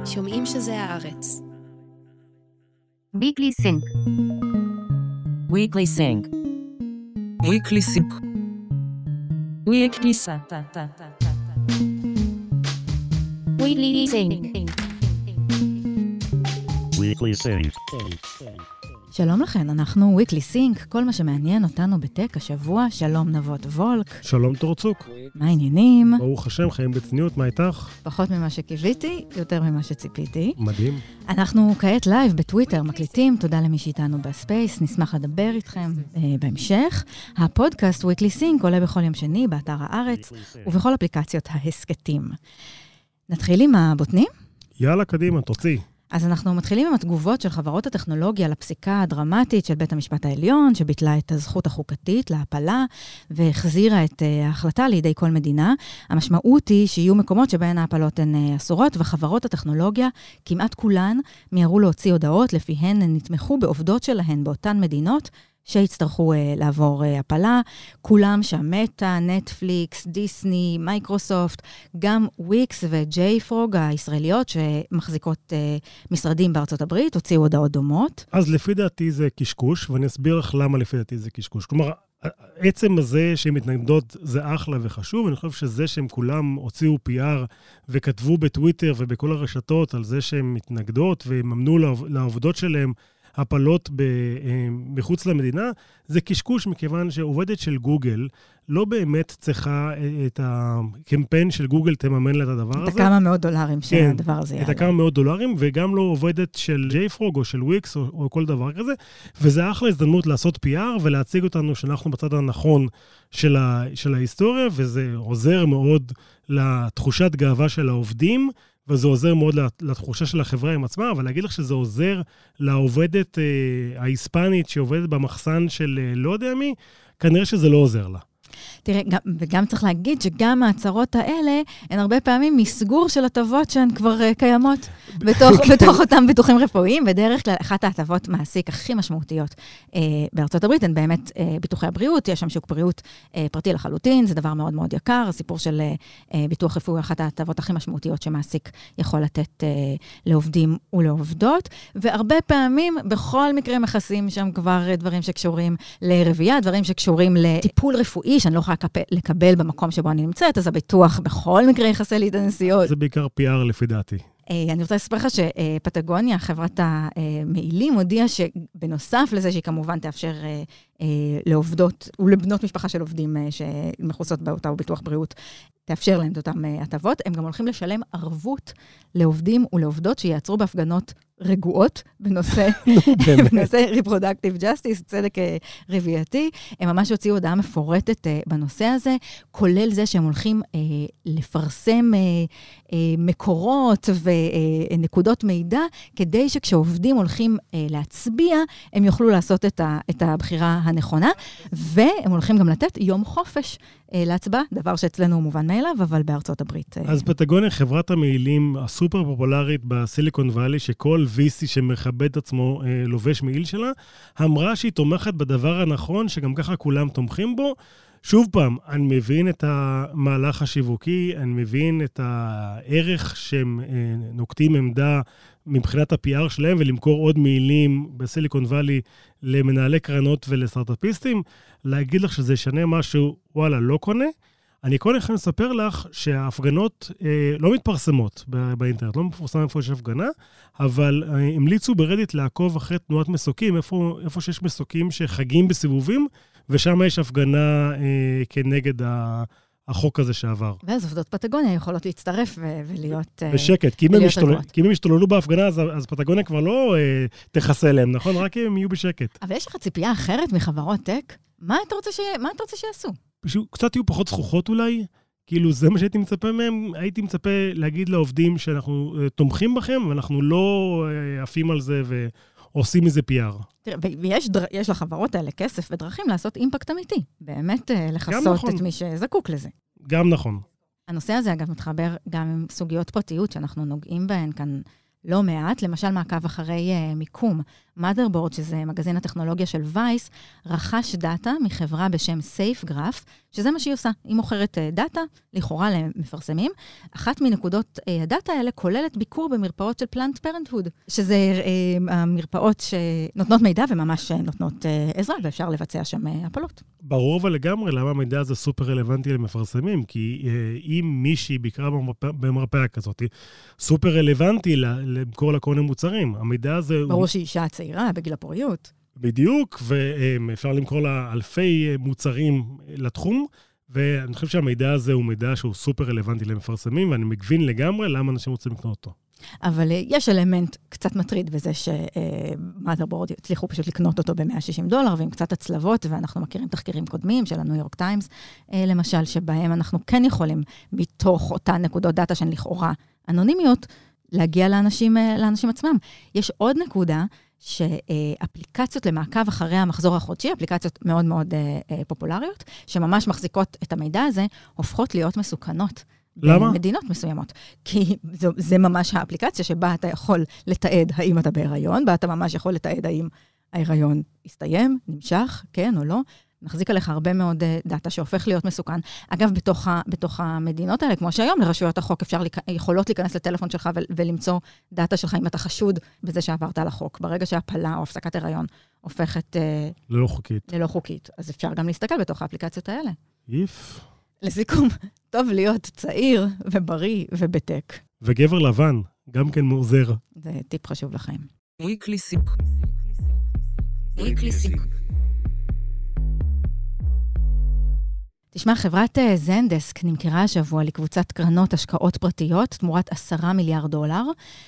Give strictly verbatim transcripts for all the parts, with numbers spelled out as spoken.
שומעים שזה הארץ. Weekly Sync. Weekly Sync. Weekly Sync. Weekly Sync. Weekly Sync. Weekly Sync. שלום לכן, אנחנו Weekly Sync, כל מה שמעניין אותנו בטק השבוע. שלום נבות וולק. שלום תורצוק. מה העניינים? ברוך השם, חיים בצניעות, מה איתך? פחות ממה שקיוויתי, יותר ממה שציפיתי. מדהים. אנחנו כעת לייב בטוויטר, מקליטים, תודה למי שאיתנו בספייס, נשמח לדבר איתכם אה, בהמשך. הפודקאסט Weekly Sync עולה בכל יום שני, באתר הארץ, ובכל אפליקציות ההסקטים. נתחיל עם הבוטנים? יאללה, קדימה, תוציא. אז אנחנו מתחילים עם התגובות של חברות הטכנולוגיה לפסיקה הדרמטית של בית המשפט העליון, שביטלה את הזכות החוקתית להפלה, והחזירה את ההחלטה לידי כל מדינה. המשמעות היא שיהיו מקומות שבהן ההפלות הן אסורות, וחברות הטכנולוגיה, כמעט כולן, מיהרו להוציא הודעות, לפיהן הן נתמכו בעובדות שלהן באותן מדינות, שיצטרכו uh, לעבור uh, הפלה. כולם שם, מטה, נטפליקס, דיסני, מייקרוסופט, גם וויקס וג'יי פרוג הישראליות שמחזיקות uh, משרדים בארצות הברית, הוציאו הודעות דומות. אז לפי דעתי זה קשקוש, ואני אסביר לך למה לפי דעתי זה קשקוש. כלומר, עצם הזה שהן מתנגדות זה אחלה וחשוב, אני חושב שזה שהם כולם הוציאו פי אר וכתבו בטוויטר ובכל הרשתות על זה שהן מתנגדות וממנו לעובדות שלהם, הפלות מחוץ למדינה, זה קשקוש מכיוון שעובדת של גוגל לא באמת צריכה את הקמפיין של גוגל תממן לה את הדבר הזה. את הכמה מאות דולרים שהדבר הזה יעלה. את הכמה מאות דולרים, וגם לא עובדת של ג'יי פרוג או של וויקס או, או כל דבר כזה, וזה אחלה הזדמנות לעשות פי אר ולהציג אותנו שאנחנו בצד הנכון של, ה, של ההיסטוריה, וזה עוזר מאוד לתחושת גאווה של העובדים, וזה עוזר מאוד לתחושה של החברה עם עצמה, אבל להגיד לך שזה עוזר לעובדת אה, ההיספנית שעובדת במחסן של אה, לא יודע מי, כנראה שזה לא עוזר לה. תראה, גם, וגם צריך להגיד שגם ההצהרות האלה, הן הרבה פעמים מסגור של הטבות שהן כבר uh, קיימות בתוך, בתוך אותם ביטוחים רפואיים. בדרך כלל, אחת ההטבות מעסיק הכי משמעותיות uh, בארצות הברית, הן באמת uh, ביטוחי הבריאות, יש שם שוק בריאות uh, פרטי לחלוטין, זה דבר מאוד מאוד יקר, הסיפור של uh, ביטוח רפואי, אחת ההטבות הכי משמעותיות שמעסיק יכול לתת uh, לעובדים ולעובדות, והרבה פעמים, בכל מקרה מכסים שם כבר דברים שקשורים לרבייה, דברים שקשורים לטיפול רפואי, שאני לא יכולה לקבל במקום שבו אני נמצאת, אז הביטוח בכל מקרה יחסה לי את הנסיעות. זה בעיקר פי אר לפי דעתי. אני רוצה לספר לך שפטגוניה, חברת המעילים, הודיעה שבנוסף לזה שהיא כמובן תאפשר לעובדות ולבנות משפחה של עובדים שמחוסות באותה ביטוח בריאות, תאפשר להם את אותם הטבות, הם גם הולכים לשלם ערבות לעובדים ולעובדות שיעצרו בהפגנות רגועות בנושא, בנושא reproductive justice, צדק רבייתי. הם ממש הוציאו הודעה מפורטת בנושא הזה, כולל זה שהם הולכים לפרסם מקורות ונקודות מידע, כדי שכשעובדים הולכים להצביע, הם יוכלו לעשות את הבחירה הנכונה, והם הולכים גם לתת יום חופש להצבעה, דבר שאצלנו הוא מובן מאליו, אבל בארצות הברית. אז פטגוניה, חברת המעילים הסופר פופולרית בסיליקון ואלי, שכל וי סי שמכבד עצמו לובש מעיל שלה, אמרה שהיא תומכת בדבר הנכון, שגם ככה כולם תומכים בו. שוב פעם, אני מבין את המהלך השיווקי, אני מבין את הערך שהם נוקטים עמדה מבחינת ה-פי אר שלהם, ולמכור עוד מעילים בסיליקון ואלי למנהלי קרנות ולסטארט-אפיסטים. להגיד לך שזה ישנה משהו, וואלה, לא קונה. אני קודם לכן אספר לך שההפגנות אה, לא מתפרסמות באינטרנט, לא מפורסם איפה יש הפגנה, אבל אה, המליצו ברדיט לעקוב אחרי תנועת מסוקים, איפה, איפה שיש מסוקים שחגים בסיבובים, ושם יש הפגנה אה, כנגד ה... החוק הזה שעבר. ואז עובדות פטגוניה יכולות להצטרף ו- ולהיות... בשקט, כי אם הם ישתוללו בהפגנה, אז, אז פטגוניה כבר לא אה, תחסה להם, נכון? רק הם יהיו בשקט. אבל יש לך ציפייה אחרת מחברות טק? מה אתה רוצה, ש... מה אתה רוצה שיעשו? קצת יהיו פחות זכוכות אולי, כאילו זה מה שהייתי מצפה מהם, הייתי מצפה להגיד לעובדים שאנחנו uh, תומכים בכם, ואנחנו לא uh, עפים על זה ועושים מזה פי אר. תראה, ויש דר... יש לחברות האלה כסף ודרכים לעשות אימפקט אמיתי, באמת uh, לחסות נכון. את מי שזקוק לזה. גם נכון. הנושא הזה אגב מתחבר גם עם סוגיות פרטיות שאנחנו נוגעים בהן כאן לא מעט, למשל מעקב אחרי uh, מיקום. Motherboard, שזה מגזין הטכנולוגיה של וייס, רכש דאטה מחברה בשם SafeGraph, שזה מה שהיא עושה. היא מוכרת uh, דאטה, לכאורה למפרסמים. אחת מנקודות uh, הדאטה האלה כוללת ביקור במרפאות של Planned Parenthood, שזה uh, המרפאות שנותנות מידע וממש נותנות uh, עזרה, ואפשר לבצע שם uh, הפלות. ברור ולגמרי למה המידע הזה סופר רלוונטי למפרסמים, כי uh, אם מישהי ביקרה במרפא, במרפאה כזאת, סופר רלוונטי למכור לכל מיני מוצרים. המידע הזה... ברור הוא... שהיא אישה צעירה בגיל הפוריות. בדיוק, ואפשר למכור לה אלפי מוצרים לתחום, ואני חושב שהמידע הזה הוא מידע שהוא סופר רלוונטי למפרסמים, ואני מגבין לגמרי למה אנשים רוצים לקנות אותו. אבל יש אלמנט קצת מטריד בזה שמאדרבורד הצליחו פשוט לקנות אותו ב-מאה ושישים דולר, ועם קצת הצלבות, ואנחנו מכירים תחקירים קודמים של הניו יורק טיימס, למשל, שבהם אנחנו כן יכולים, מתוך אותן נקודות דאטה שהן לכאורה אנונימיות, להגיע לאנשים, לאנשים עצמם. יש עוד נקודה, שאפליקציות למעקב אחרי המחזור החודשי, אפליקציות מאוד מאוד פופולריות, שממש מחזיקות את המידע הזה, הופכות להיות מסוכנות. למה? במדינות מסוימות. כי זה, זה ממש האפליקציה שבה אתה יכול לתעד האם אתה בהיריון, בה אתה ממש יכול לתעד האם ההיריון הסתיים, נמשך, כן או לא. נחזיק עליך הרבה מאוד דאטה שהופך להיות מסוכן. אגב, בתוך, ה, בתוך המדינות האלה, כמו שהיום לרשויות החוק, אפשר להיכ... יכולות להיכנס לטלפון שלך ו... ולמצוא דאטה שלך אם אתה חשוד בזה שעברת על החוק. ברגע שהפלה או הפסקת הריון הופכת... ללא חוקית. ללא חוקית. אז אפשר גם להסתכל בתוך האפליקציות האלה. איף. לסיכום, טוב להיות צעיר ובריא ובטק. וגבר לבן, גם כן מעוזר. זה טיפ חשוב לחיים. Weekly Sync. Weekly Sync. תשמע, חברת זנדסק נמכרה השבוע לקבוצת קרנות השקעות פרטיות, תמורת עשרה מיליארד דולר.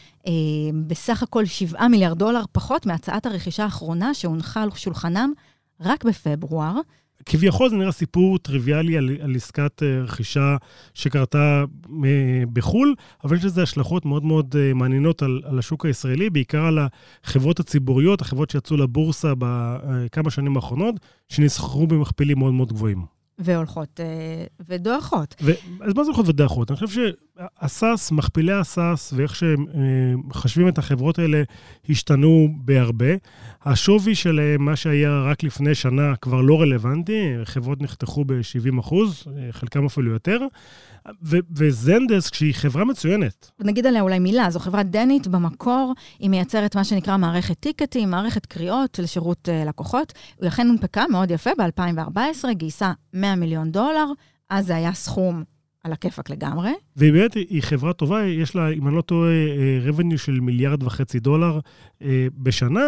בסך הכל שבעה מיליארד דולר, פחות מהצעת הרכישה האחרונה שהונחה על שולחנם רק בפברואר. כביכול זה נראה סיפור טריוויאלי על, על עסקת רכישה שקרתה בחול, אבל יש לזה השלכות מאוד מאוד מעניינות על, על השוק הישראלי, בעיקר על החברות הציבוריות, החברות שיצאו לבורסה בכמה שנים האחרונות, שנסחרו במכפילים מאוד מאוד גבוהים. והולכות ודועכות. אז מה זה הולכות ודועכות? אני חושב שהסאס, מכפילי הסאס, ואיך שהם חשבים את החברות האלה, השתנו בהרבה. השווי שלהם, מה שהיה רק לפני שנה, כבר לא רלוונטי. חברות נחתכו ב-שבעים אחוז, חלקם אפילו יותר. ו- וזנדסק, שהיא חברה מצוינת. נגיד עליה אולי מילה, זו חברה דנית במקור, היא מייצרת מה שנקרא מערכת טיקטים, מערכת קריאות לשירות uh, לקוחות. היא אכן הונפקה מאוד יפה, ב-אלפיים וארבע עשרה גייסה מאה מיליון דולר, אז זה היה סכום על הכיפק לגמרי. והיא באמת, היא חברה טובה, יש לה, אם אני לא טועה, רבניו של מיליארד וחצי דולר בשנה,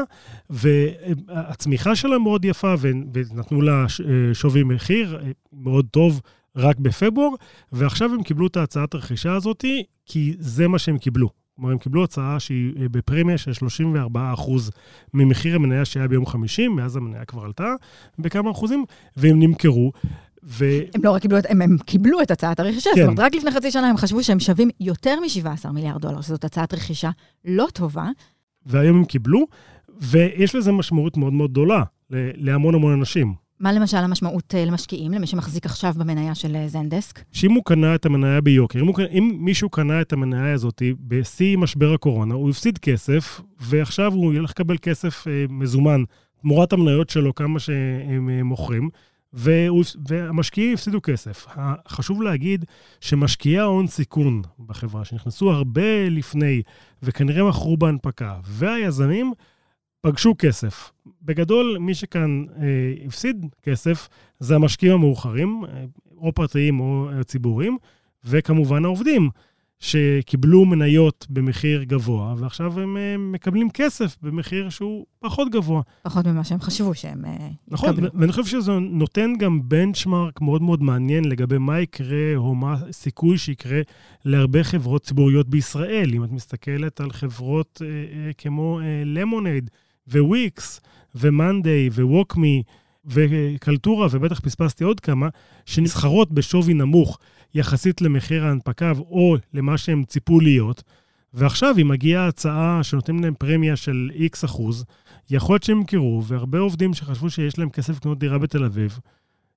והצמיחה שלה מאוד יפה, ונתנו לה שווי מחיר מאוד טוב, רק בפברואר, ועכשיו הם קיבלו את ההצעת הרכישה הזאת, כי זה מה שהם קיבלו. כלומר, הם קיבלו הצעה שהיא בפרמיה של שלושים וארבעה אחוז ממחיר המניה שהיה ביום חמישי, מאז המניה כבר עלתה בכמה אחוזים, והם נמכרו. ו... הם לא רק קיבלו, הם, הם קיבלו את הצעת הרכישה, כן. זאת אומרת, רק לפני חצי שנה הם חשבו שהם שווים יותר מ-שבעה עשר מיליארד דולר, שזאת הצעת רכישה לא טובה. והיום הם קיבלו, ויש לזה משמעות מאוד מאוד גדולה להמון המון אנשים. מה למשל המשמעות למשקיעים, למי שמחזיק עכשיו במניה של זנדסק? שאם הוא קנה את המניה ביוקר, אם, הוא, אם מישהו קנה את המניה הזאת בשיא משבר הקורונה, הוא הפסיד כסף, ועכשיו הוא ילך לקבל כסף אה, מזומן, תמורת המניות שלו כמה שהם אה, מוכרים, והוא, והמשקיעים הפסידו כסף. חשוב להגיד שמשקיעי ההון סיכון בחברה, שנכנסו הרבה לפני, וכנראה מכרו בהנפקה, והיזמים פגשו כסף. בגדול, מי שכאן אה, הפסיד כסף, זה המשקיעים המאוחרים, אה, או פרטיים או אה, ציבוריים, וכמובן העובדים, שקיבלו מניות במחיר גבוה, ועכשיו הם אה, מקבלים כסף במחיר שהוא פחות גבוה. פחות ממה שהם חשבו שהם אה, נכון, יקבלו. ואני חושב שזה נותן גם בנצ'מרק מאוד מאוד מעניין לגבי מה יקרה, או מה סיכוי שיקרה להרבה חברות ציבוריות בישראל. אם את מסתכלת על חברות אה, אה, כמו אה, למונייד, וויקס, ומנדיי, וווקמי, וקלטורה, ובטח פספסתי עוד כמה, שנסחרות בשווי נמוך יחסית למחיר ההנפקה, או למה שהם ציפו להיות, ועכשיו אם מגיעה הצעה שנותנים להם פרמיה של X אחוז, יכול להיות שהם קירו, והרבה עובדים שחשבו שיש להם כסף לקנות דירה בתל אביב,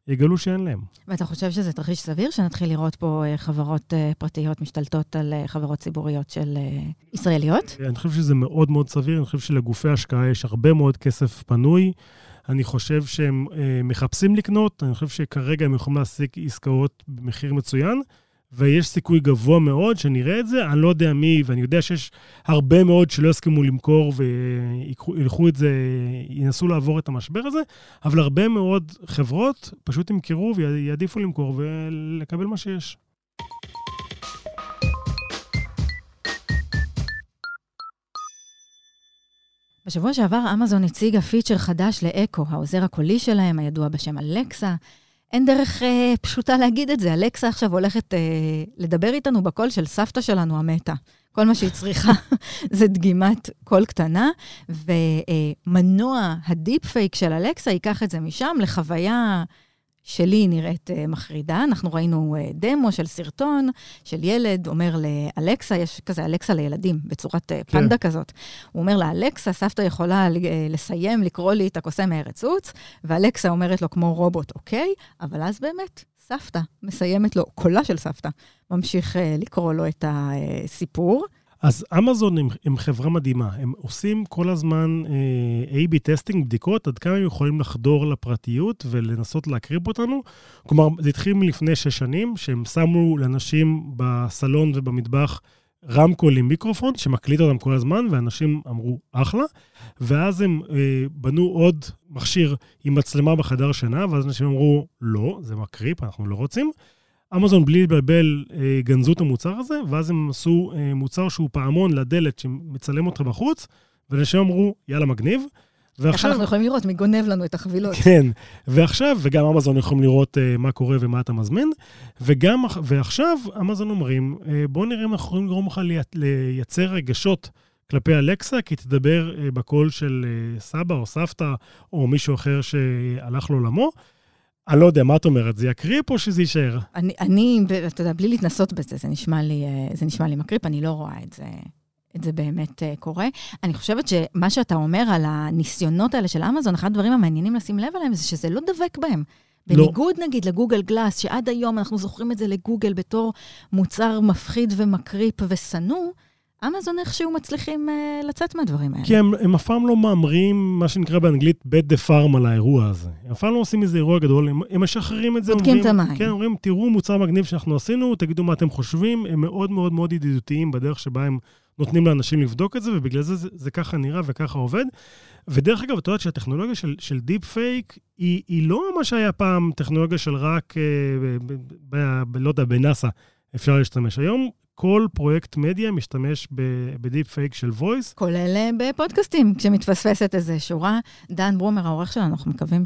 יגלו שאין להם. ואתה חושב שזה תרחיש סביר שנתחיל לראות פה חברות פרטיות משתלטות על חברות ציבוריות של ישראליות? אני חושב שזה מאוד מאוד סביר, אני חושב שלגופי ההשקעה יש הרבה מאוד כסף פנוי, אני חושב שהם מחפשים לקנות, אני חושב שכרגע הם יכולים להשיג עסקאות במחיר מצוין, ויש סיכוי גבוה מאוד שנראה את זה, אני לא יודע מי, ואני יודע שיש הרבה מאוד שלא יסכימו למכור וילכו את זה, ינסו לעבור את המשבר הזה, אבל הרבה מאוד חברות פשוט ימכרו ויעדיפו למכור ולקבל מה שיש. בשבוע שעבר אמזון הציגה פיצ'ר חדש לאקו, העוזר הקולי שלהם, הידוע בשם אלקסה. אין דרך אה, פשוטה להגיד את זה. אלקסה עכשיו הולכת אה, לדבר איתנו בקול של סבתא שלנו, המתה. כל מה שהיא צריכה זה דגימת קול קטנה, ומנוע הדיפ פייק של אלקסה ייקח את זה משם לחוויה שלי נראית uh, מחרידה. אנחנו ראינו uh, דמו של סרטון, של ילד, אומר לאלקסה, יש כזה אלקסה לילדים, בצורת uh, פנדה כן. כזאת. הוא אומר לאלקסה, סבתא יכולה uh, לסיים, לקרוא לי את הקוסם מארץ עוץ, ואלקסה אומרת לו כמו רובוט, אוקיי? אבל אז באמת, סבתא מסיימת לו, קולה של סבתא, ממשיך uh, לקרוא לו את הסיפור. אז אמזון הם, הם חברה מדהימה, הם עושים כל הזמן אה, איי בי טסטינג, בדיקות, עד כמה הם יכולים לחדור לפרטיות ולנסות להקריב אותנו. כלומר, זה התחיל מלפני שש שנים, שהם שמו לאנשים בסלון ובמטבח רמקול עם מיקרופון, שמקליט אותם כל הזמן, ואנשים אמרו אחלה, ואז הם אה, בנו עוד מכשיר עם מצלמה בחדר שינה, ואז אנשים אמרו, לא, זה מקריפ, אנחנו לא רוצים. אמזון בלי לבלבל גנזו את המוצר הזה, ואז הם עשו מוצר שהוא פעמון לדלת שמצלם אותך בחוץ, ואנשים אמרו, יאללה מגניב. איך אנחנו יכולים לראות מי גונב לנו את החבילות. כן, ועכשיו, וגם אמזון יכולים לראות מה קורה ומה אתה מזמין, וגם, ועכשיו אמזון אומרים, בוא נראה אם אנחנו יכולים לגרום לך לייצר רגשות כלפי אלקסה, כי תדבר בקול של סבא או סבתא, או מישהו אחר שהלך לעולמו, אני לא יודע, מה את אומרת? זה יקריפ או שזה יישאר? אני, אני, אתה יודע, בלי להתנסות בזה, זה נשמע לי, זה נשמע לי מקריפ, אני לא רואה את זה, את זה באמת קורה. אני חושבת שמה שאתה אומר על הניסיונות האלה של אמזון, אחד הדברים המעניינים לשים לב עליהם, זה שזה לא דבק בהם. בניגוד לא. נגיד לגוגל גלאס, שעד היום אנחנו זוכרים את זה לגוגל בתור מוצר מפחיד ומקריפ וסנוע, אמזון איכשהו מצליחים uh, לצאת מהדברים האלה. כי הם, הם אף פעם לא מאמרים, מה שנקרא באנגלית, bet the farm על האירוע הזה. הם אף פעם לא עושים איזה אירוע גדול, הם, הם משחררים את זה. בודקים את המים. כן, אומרים, תראו מוצר מגניב שאנחנו עשינו, תגידו מה אתם חושבים, הם מאוד מאוד מאוד ידידותיים בדרך שבה הם נותנים לאנשים לבדוק את זה, ובגלל זה זה, זה ככה נראה וככה עובד. ודרך אגב, אתה יודעת שהטכנולוגיה של, של דיפ פייק, היא, היא לא מה שהיה פעם טכנולוגיה של רק, אה, ב, ב, ב, לא יודע, בנאסה אפשר להשתמש. היום כל פרויקט מדיה משתמש בדיפ פייק של וויס. כולל בפודקאסטים, כשמתפספסת איזה שורה. דן ברומר, העורך שלנו, אנחנו מקווים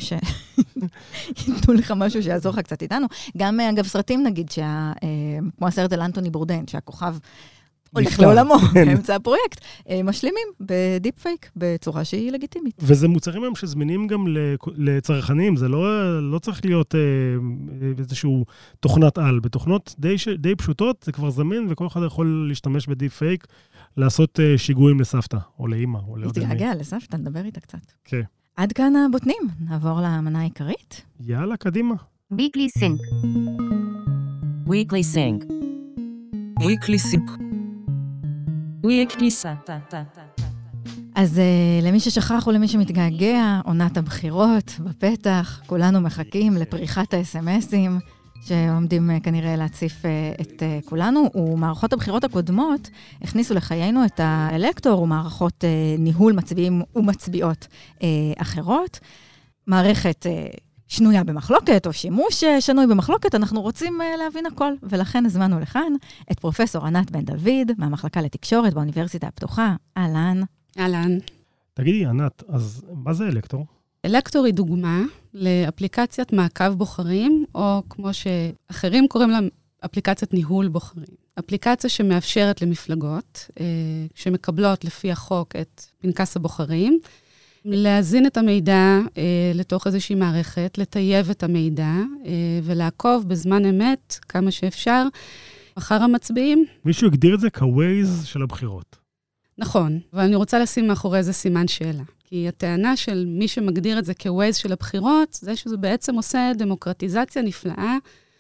שיתנו לך משהו שיעזור לך קצת איתנו. גם, אגב, סרטים נגיד, כמו הסרט על אנטוני בורדן, שהכוכב הולך לעולמו באמצע הפרויקט, משלימים בדיפ פייק בצורה שהיא לגיטימית. וזה מוצרים היום שזמינים גם לצרכנים, זה לא, לא צריך להיות איזשהו תוכנת על. בתוכנות די, די פשוטות זה כבר זמין, וכל אחד יכול להשתמש בדיפ פייק, לעשות שיגועים לסבתא, או לאמא, או לעוד מי. תתגעגע לסבתא, נדבר איתה קצת. כן. עד כאן הבוטנים, נעבור למנה העיקרית. יאללה, קדימה. Weekly Sync. Weekly Sync. Weekly Sync. Weekly Sync. אז uh, למי ששכח ולמי שמתגעגע, עונת הבחירות בפתח, כולנו מחכים לפריחת ה-אס אם אסים, שעומדים uh, כנראה להציף uh, את uh, כולנו, ומערכות הבחירות הקודמות הכניסו לחיינו את האלקטור ומערכות uh, ניהול מצביעים ומצביעות uh, אחרות. מערכת uh, שנויה במחלוקת, או שימוש שנוי במחלוקת, אנחנו רוצים uh, להבין הכל, ולכן הזמנו לכאן את פרופסור ענת בן דוד, מהמחלקה לתקשורת באוניברסיטה הפתוחה. אהלן. אהלן. תגידי, ענת, אז מה זה אלקטור? אלקטור היא דוגמה לאפליקציית מעקב בוחרים, או כמו שאחרים קוראים לה, אפליקציית ניהול בוחרים. אפליקציה שמאפשרת למפלגות, אה, שמקבלות לפי החוק את פנקס הבוחרים, להזין את המידע אה, לתוך איזושהי מערכת, לטייב את המידע, אה, ולעקוב בזמן אמת, כמה שאפשר, אחר המצביעים. מישהו הגדיר את זה כווייז של הבחירות. נכון, אבל אני רוצה לשים מאחורי איזה סימן שאלה. כי הטענה של מי שמגדיר את זה כווייז של הבחירות, זה שזה בעצם עושה דמוקרטיזציה נפלאה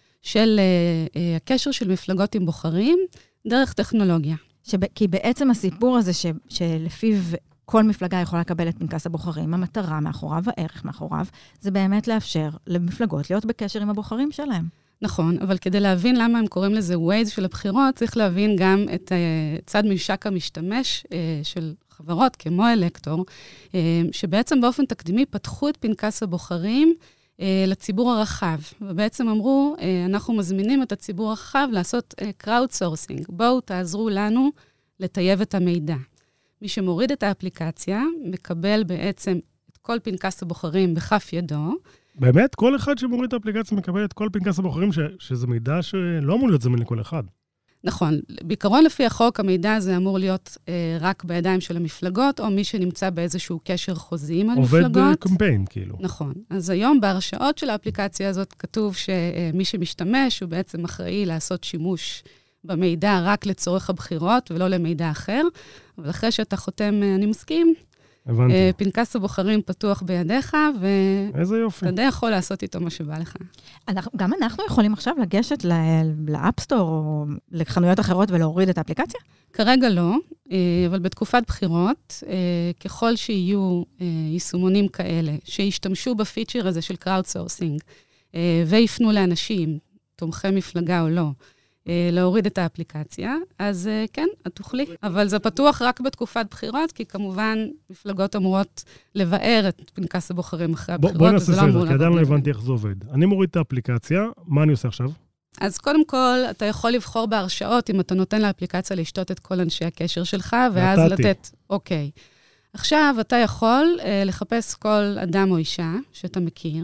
של uh, uh, הקשר של מפלגות עם בוחרים, דרך טכנולוגיה. שב, כי בעצם הסיפור הזה ש, שלפיו כל מפלגה יכולה לקבל את פנקס הבוחרים, המטרה מאחוריו, הערך מאחוריו, זה באמת לאפשר למפלגות להיות בקשר עם הבוחרים שלהם. נכון, אבל כדי להבין למה הם קוראים לזה ווייז של הבחירות, צריך להבין גם את uh, צד ממשק המשתמש uh, של חברות כמו אלקטור, uh, שבעצם באופן תקדימי פתחו את פנקס הבוחרים, לציבור הרחב, ובעצם אמרו, אנחנו מזמינים את הציבור הרחב לעשות crowdsourcing, בואו תעזרו לנו לטייב את המידע. מי שמוריד את האפליקציה, מקבל בעצם את כל פנקס הבוחרים בכף ידו. באמת? כל אחד שמוריד את האפליקציה מקבל את כל פנקס הבוחרים, ש- שזה מידע שלא אמור להיות זמין לכל אחד. נכון. בעיקרון לפי החוק, המידע הזה אמור להיות אה, רק בידיים של המפלגות, או מי שנמצא באיזשהו קשר חוזי עם המפלגות. עובד קמפיין, כאילו. נכון. אז היום בהרשאות של האפליקציה הזאת כתוב שמי שמשתמש הוא בעצם אחראי לעשות שימוש במידע רק לצורך הבחירות, ולא למידע אחר. אבל אחרי שאתה חותם, אני מסכים, הבנתי. פנקס הבוחרים פתוח בידיך, איזה יופי. ואתה יכול לעשות איתו מה שבא לך. אנחנו, גם אנחנו יכולים עכשיו לגשת לאפסטור או לחנויות אחרות ולהוריד את האפליקציה? כרגע לא, אבל בתקופת בחירות, ככל שיהיו יישומונים כאלה, שישתמשו בפיצ'ר הזה של crowdsourcing, ויפנו לאנשים, תומכי מפלגה או לא, להוריד את האפליקציה, אז כן, את תוכלי. אבל זה פתוח רק בתקופת בחירות, כי כמובן מפלגות אמורות לבאר את פנקס הבוחרים אחרי הבחירות. בוא נעשה סדר, כי עדיין לא הבנתי איך זה עובד. אני מוריד את האפליקציה, מה אני עושה עכשיו? אז קודם כל, אתה יכול לבחור בהרשאות, אם אתה נותן לאפליקציה לשתות את כל אנשי הקשר שלך, ואז לתת, אוקיי. עכשיו, אתה יכול לחפש כל אדם או אישה שאתה מכיר,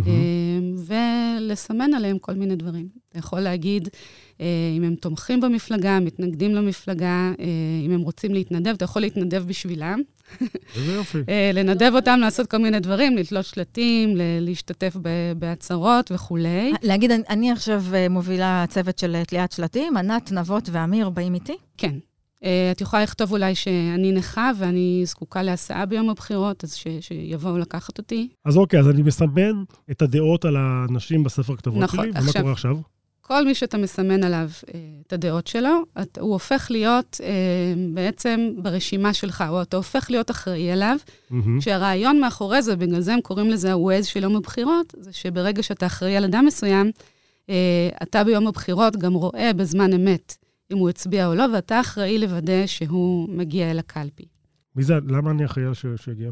ולסמן עליהם כל מיני דברים. אתה יכול להגיד, אם הם תומכים במפלגה, מתנגדים למפלגה, אם הם רוצים להתנדב, אתה יכול להתנדב בשבילם. איזה יופי. לנדב אותם, לעשות כל מיני דברים, לתלות שלטים, להשתתף בהצהרות וכולי. להגיד, אני עכשיו מובילה צוות של תליית שלטים, ענת, נבות ואמיר באים איתי? כן. את יכולה לכתוב אולי שאני נכה ואני זקוקה להסעה ביום הבחירות, אז ש, שיבואו לקחת אותי. אז אוקיי, אז אני מסמן את הדעות על האנשים בספר כתובות נכון, שלי, עכשיו, ומה קורה עכשיו? כל מי שאתה מסמן עליו את הדעות שלו, את, הוא הופך להיות בעצם ברשימה שלך, או אתה הופך להיות אחראי עליו, mm-hmm. שהרעיון מאחורי זה, בגלל זה הם קוראים לזה הווייז של יום הבחירות, זה שברגע שאתה אחראי על אדם מסוים, אתה ביום הבחירות גם רואה בזמן אמת, אם הוא הצביע או לא, ואתה אחראי לוודא שהוא מגיע אל הקלפי. מי זה? למה אני אחראי שיגיע?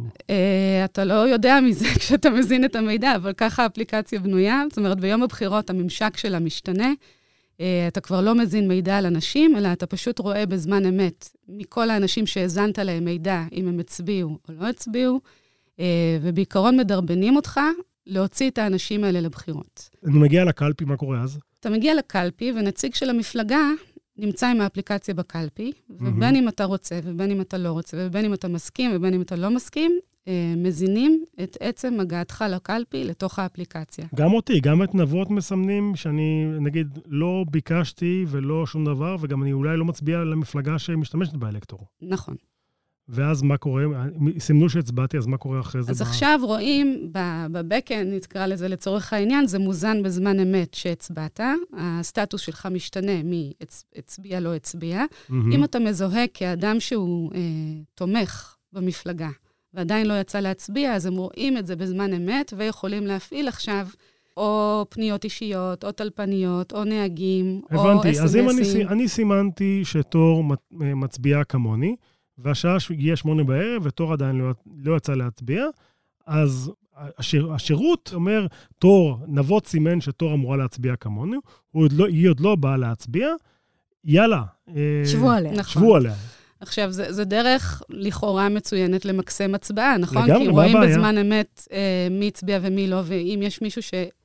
אתה לא יודע מזה כשאתה מזין את המידע, אבל ככה האפליקציה בנויה. זאת אומרת, ביום הבחירות הממשק שלה משתנה. אתה כבר לא מזין מידע על אנשים, אלא אתה פשוט רואה בזמן אמת מכל האנשים שהזנת להם מידע, אם הם הצביעו או לא הצביעו, ובעיקרון מדרבנים אותך להוציא את האנשים האלה לבחירות. אני מגיע לקלפי, מה קורה אז? אתה מגיע לקלפי, ונציג של המפלגה נמצא עם האפליקציה בקלפי, ובין אם אתה רוצה, ובין אם אתה לא רוצה, ובין אם אתה מסכים, ובין אם אתה לא מסכים, מזינים את עצם הגעתך לקלפי לתוך האפליקציה. גם אותי, גם את נבות מסמנים שאני, נגיד, לא ביקשתי ולא שום דבר, וגם אני אולי לא מצביע למפלגה שמשתמשת באלקטור. נכון. ואז מה קורה? סימנו שהצבעתי, אז מה קורה אחרי זה? אז עכשיו רואים, בבקאנד, נקרא לזה לצורך העניין, זה מוזן בזמן אמת שהצבעת, הסטטוס שלך משתנה מי הצביע, לא הצביע. אם אתה מזוהה כאדם שהוא תומך במפלגה, ועדיין לא יצא להצביע, אז הם רואים את זה בזמן אמת, ויכולים להפעיל עכשיו או פניות אישיות, או טלפניות, או נהגים, או אס אם אסים. הבנתי, אז אם אני סימנתי שתור מצביע כמוני, והשעה הגיעה שמונה בערב, ותור עדיין לא, לא יצא להצביע, אז השיר, השירות אומר, תור, נבות סימן שתור אמורה להצביע כמונו, עוד לא, היא עוד לא באה להצביע, יאללה. שבו עליה. נכון. שבו עליה. עכשיו, זה, זה דרך לכאורה מצוינת למקסם הצבעה, נכון? לגמרי, כי רואים בזמן אמת אה, מי הצביע ומי לא, ואם יש מישהו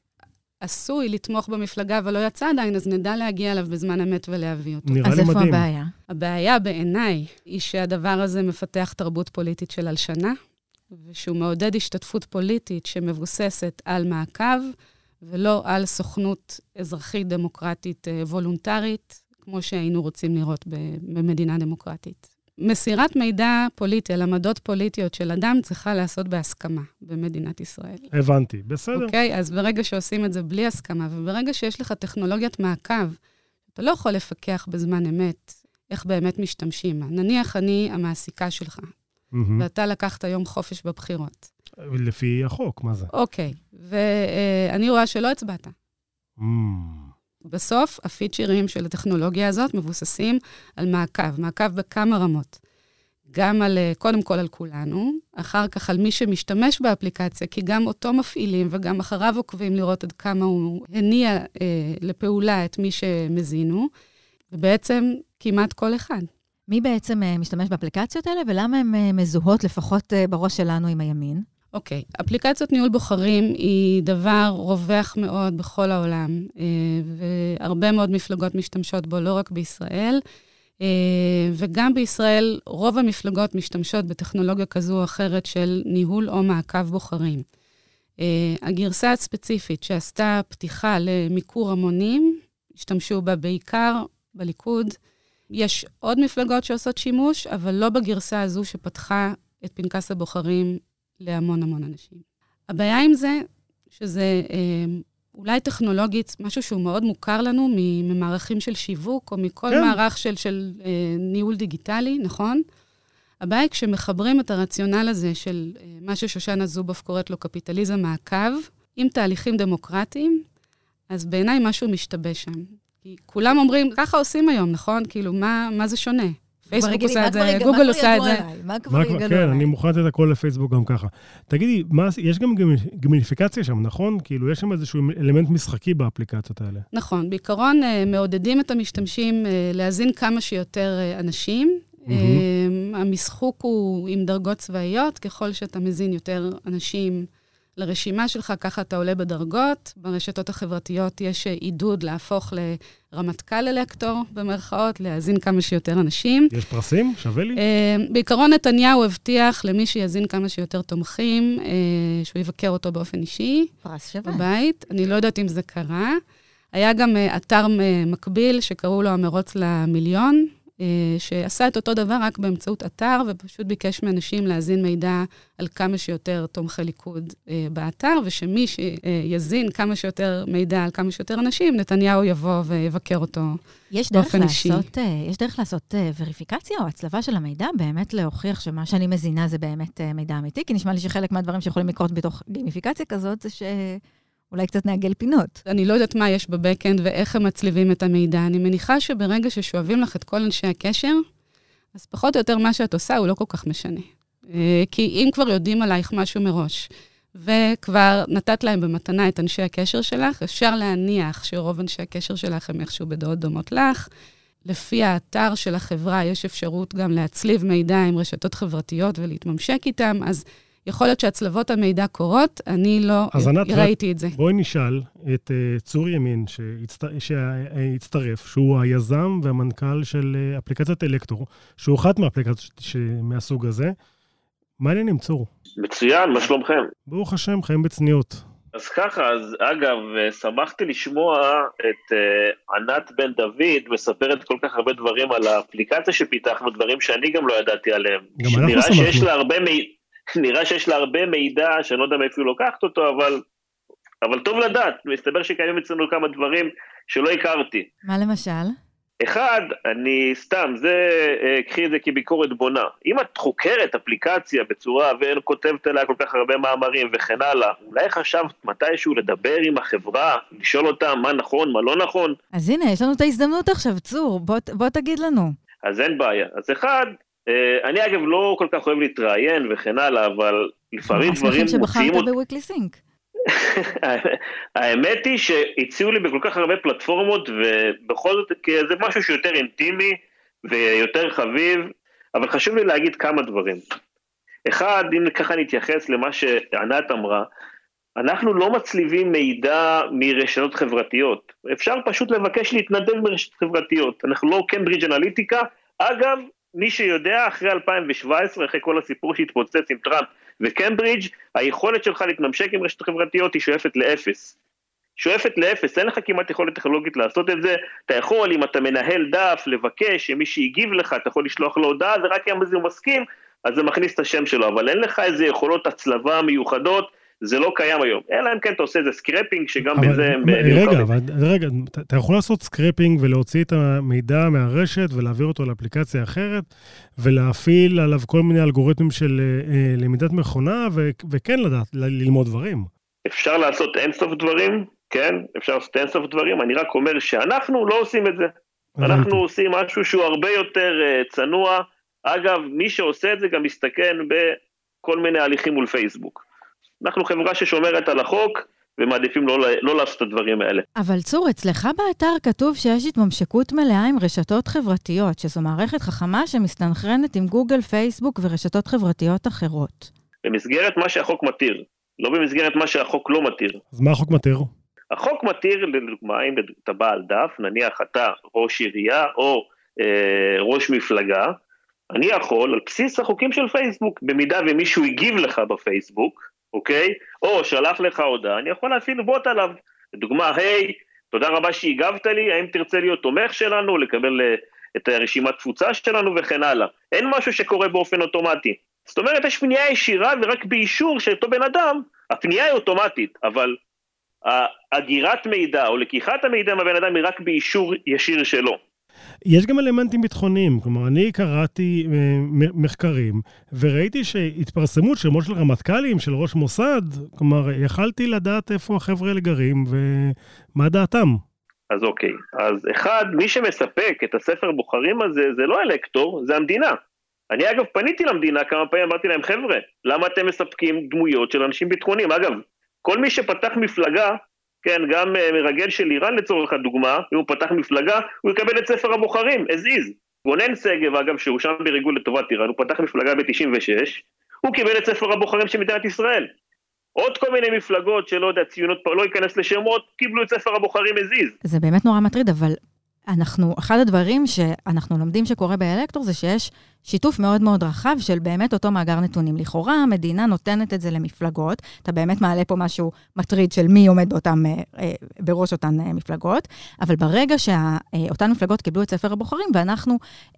שעשוי לתמוך במפלגה ולא יצא עדיין, אז נדע להגיע אליו בזמן אמת ולהביא אותו. נראה לי מדהים. אז איפה הבעיה? הבעיה בעיניי היא שהדבר הזה מפתח תרבות פוליטית של הלשנה, ושהוא מעודד השתתפות פוליטית שמבוססת על מעקב, ולא על סוכנות אזרחית דמוקרטית וולונטרית, כמו שהיינו רוצים לראות במדינה דמוקרטית. מסירת מידע פוליטי על עמדות פוליטיות של אדם צריכה לעשות בהסכמה במדינת ישראל. הבנתי, בסדר. אוקיי? אז ברגע שעושים את זה בלי הסכמה, וברגע שיש לך טכנולוגיית מעקב, אתה לא יכול לפקח בזמן אמת איך באמת משתמשים. נניח אני המעסיקה שלך, ואתה לקחת יום חופש בבחירות. לפי החוק, מה זה? אוקיי, ואני רואה שלא הצבעת. בסוף, הפיצ'רים של הטכנולוגיה הזאת מבוססים על מעקב, מעקב בכמה רמות. גם על, קודם כל על כולנו, אחר כך על מי שמשתמש באפליקציה, כי גם אותו מפעילים וגם אחריו עוקבים לראות עד כמה הוא הניע אה, לפעולה את מי שמזינו, ובעצם כמעט כל אחד. מי בעצם אה, משתמש באפליקציות האלה, ולמה הן אה, מזוהות לפחות אה, בראש שלנו עם הימין? אוקיי, okay. אפליקציות ניהול בוחרים היא דבר רווח מאוד בכל העולם, והרבה מאוד מפלגות משתמשות בו, לא רק בישראל, וגם בישראל רוב המפלגות משתמשות בטכנולוגיה כזו או אחרת של ניהול או מעקב בוחרים. הגרסה הספציפית שעשתה פתיחה למיקור המונים, השתמשו בה בעיקר בליכוד. יש עוד מפלגות שעושות שימוש, אבל לא בגרסה הזו שפתחה את פנקס הבוחרים להמון המון אנשים. הבעיה עם זה, שזה אה, אולי טכנולוגית, משהו שהוא מאוד מוכר לנו ממערכים של שיווק, או מכל כן. מערך של, של אה, ניהול דיגיטלי, נכון? הבעיה היא כשמחברים את הרציונל הזה של אה, מה ששושנה זובוף קוראת לו קפיטליזם מעקב, עם תהליכים דמוקרטיים, אז בעיניי משהו משתבש שם. כי כולם אומרים, ככה עושים היום, נכון? כאילו, מה, מה זה שונה? פייסבוק עושה את זה, גוגל עושה את זה. מה כבר יגלו עליי? כן, אני מוכן לתת הכל לפייסבוק גם ככה. תגידי, יש גם גמיניפיקציה שם, נכון? כאילו, יש שם איזשהו אלמנט משחקי באפליקציות האלה. נכון, בעיקרון מעודדים את המשתמשים להזין כמה שיותר אנשים. המשחוק הוא עם דרגות צבאיות, ככל שאתה מזין יותר אנשים לרשימה שלך, ככה אתה עולה בדרגות. ברשתות החברתיות יש עידוד להפוך לרמטכ"ל אלקטור, במרכאות, להזין כמה שיותר אנשים. יש פרסים? שווה לי? בעיקרון נתניהו הבטיח למי שיזין כמה שיותר תומכים, שהוא יבקר אותו באופן אישי. פרס שווה. בבית. אני לא יודעת אם זה קרה. היה גם אתר מקביל שקראו לו המרוץ למיליון, שעשה את אותו דבר רק באמצעות אתר, ופשוט ביקש מאנשים להזין מידע על כמה שיותר תומכי ליכוד באתר, ושמי שיזין כמה שיותר מידע על כמה שיותר אנשים, נתניהו יבוא ויבקר אותו באופן אישי. יש דרך לעשות וריפיקציה או הצלבה של המידע, באמת להוכיח שמה שאני מזינה זה באמת מידע אמיתי, כי נשמע לי שחלק מהדברים שיכולים לקרות בתוך גימיפיקציה כזאת, זה ש... אולי קצת נעגל פינות. אני לא יודעת מה יש בבקאנד ואיך הם מצליבים את המידע. אני מניחה שברגע ששואבים לך את כל אנשי הקשר, אז פחות או יותר מה שאת עושה הוא לא כל כך משנה. כי אם כבר יודעים עלייך משהו מראש, וכבר נתת להם במתנה את אנשי הקשר שלך, אפשר להניח שרוב אנשי הקשר שלך הם איכשהו בדעות דומות לך. לפי האתר של החברה יש אפשרות גם להצליב מידע עם רשתות חברתיות ולהתממשק איתם, אז יכול להיות שהצלבות המידע קורות, אני לא ראיתי את זה. בואי נשאל את uh, צור ימין שהצטרף, שהוא היזם והמנכ"ל של uh, אפליקציית אלקטור, שהוא אחת מהאפליקציות מהסוג הזה. מה העניינים, צור? מצוין, מה שלומכם? ברוך השם, חיים בצניעות. אז ככה, אז אגב, שמחתי לשמוע את uh, ענת בן דוד מספרת כל כך הרבה דברים על האפליקציה שפיתחנו, דברים שאני גם לא ידעתי עליהם. גם אנחנו שמחנו. שיש לה הרבה מידע. נראה שיש לה הרבה מידע, שאני לא יודע מאיפה לוקחת אותו, אבל, אבל טוב לדעת. מסתבר שקיימים אצלנו כמה דברים שלא הכרתי. מה למשל? אחד, אני סתם, זה, קחי את זה כביקורת בונה. אם את חוקרת אפליקציה בצורה, ואין כותבת עליה כל כך הרבה מאמרים וכן הלאה, אולי חשבת מתישהו לדבר עם החברה, לשאול אותה מה נכון, מה לא נכון? אז הנה, יש לנו את ההזדמנות עכשיו, צור, בוא, בוא תגיד לנו. אז אין בעיה. אז אחד, אני אגב לא כל כך אוהב להתראיין וכן הלאה, אבל לפעמים דברים מוציאים... שבחרת בוויקלי סינק. האמת היא שהציעו לי בכל כך הרבה פלטפורמות, ובכל זאת זה משהו שיותר אינטימי ויותר חביב, אבל חשוב לי להגיד כמה דברים. אחד, אם ככה נתייחס למה שענת אמרה, אנחנו לא מצליבים מידע מרשתות חברתיות. אפשר פשוט לבקש להתנדב מרשתות חברתיות. אנחנו לא קיימברידג' אנליטיקה. אגב, מי שיודע, אחרי אלפיים שבע עשרה, אחרי כל הסיפור שהתפוצץ עם טראמפ וקיימברידג', היכולת שלך להתממשק עם רשתות חברתיות היא שואפת לאפס. שואפת לאפס, אין לך כמעט יכולת טכנולוגית לעשות את זה, אתה יכול, אם אתה מנהל דף, לבקש שמי שהגיב לך, אתה יכול לשלוח לו הודעה, ורק אם הוא מסכים, אז זה מכניס את השם שלו, אבל אין לך איזה יכולות הצלבה מיוחדות, זה לא קיים היום, אלא אם כן אתה עושה איזה סקרפינג, שגם אבל, בזה... רגע, אבל, רגע, אתה יכול לעשות סקרפינג ולהוציא את המידע מהרשת, ולהעביר אותו לאפליקציה אחרת, ולהפעיל עליו כל מיני אלגוריתמים של אה, למידת מכונה, ו- וכן לדעת, ל- ללמוד דברים. אפשר לעשות אינסוף דברים, כן, אפשר לעשות אינסוף דברים, אני רק אומר שאנחנו לא עושים את זה. אנחנו עושים משהו שהוא הרבה יותר uh, צנוע, אגב, מי שעושה את זה גם מסתכן בכל מיני הליכים מול פייסבוק. אנחנו חברה ששומרת על החוק, ומעדיפים לא, לא לעשות את הדברים האלה. אבל צור, אצלך באתר כתוב שיש התממשקות מלאה עם רשתות חברתיות, שזו מערכת חכמה שמסתנכרנת עם גוגל, פייסבוק ורשתות חברתיות אחרות. במסגרת מה שהחוק מתיר, לא במסגרת מה שהחוק לא מתיר. אז מה החוק מתיר? החוק מתיר, לדוגמה, אם אתה בא על דף, נניח אתה ראש עירייה או אה, ראש מפלגה, אני יכול, על בסיס החוקים של פייסבוק, במידה ומישהו הגיב לך בפייסבוק, אוקיי? או שלח לך הודעה, אני יכול להפעיל בוט עליו. לדוגמה, היי, תודה רבה שהגבת לי, האם תרצה להיות תומך שלנו, לקבל את הרשימת תפוצה שלנו וכן הלאה. אין משהו שקורה באופן אוטומטי. זאת אומרת, יש פנייה ישירה ורק באישור של אותו בן אדם, הפנייה היא אוטומטית, אבל הגירת מידע או לקיחת המידע מהבן אדם היא רק באישור ישיר שלו. יש גם אלמנטים ביטחוניים, כלומר, אני קראתי מחקרים, וראיתי שהתפרסמות שמות של רמטכ"לים, של ראש מוסד, כלומר, יכלתי לדעת איפה החבר'ה האלה גרים, ומה דעתם. אז אוקיי, אז אחד, מי שמספק את הספר בוחרים הזה, זה לא אלקטור, זה המדינה. אני אגב פניתי למדינה כמה פעמים, אמרתי להם, חבר'ה, למה אתם מספקים דמויות של אנשים ביטחוניים? אגב, כל מי שפתח מפלגה, כן, גם מרגל של איראן לצורך הדוגמה, אם הוא פתח מפלגה, הוא יקבל את ספר הבוחרים, as is. גונן שגב, אגב, שהוא שם בריגול לטובת איראן, הוא פתח מפלגה ב-תשעים ושש, הוא קיבל את ספר הבוחרים של מדינת ישראל. עוד כל מיני מפלגות שלא יודע, ציונות פה לא ייכנס לשמות, קיבלו את ספר הבוחרים as is. זה באמת נורא מטריד, אבל אנחנו, אחד הדברים שאנחנו לומדים שקורה באלקטור זה שיש שיתוף מאוד מאוד רחב של באמת אותו מאגר נתונים. לכאורה, המדינה נותנת את זה למפלגות, אתה באמת מעלה פה משהו מטריד של מי עומד באותם, בראש אותן מפלגות, אבל ברגע שאותן מפלגות קיבלו את ספר הבוחרים, ואנחנו,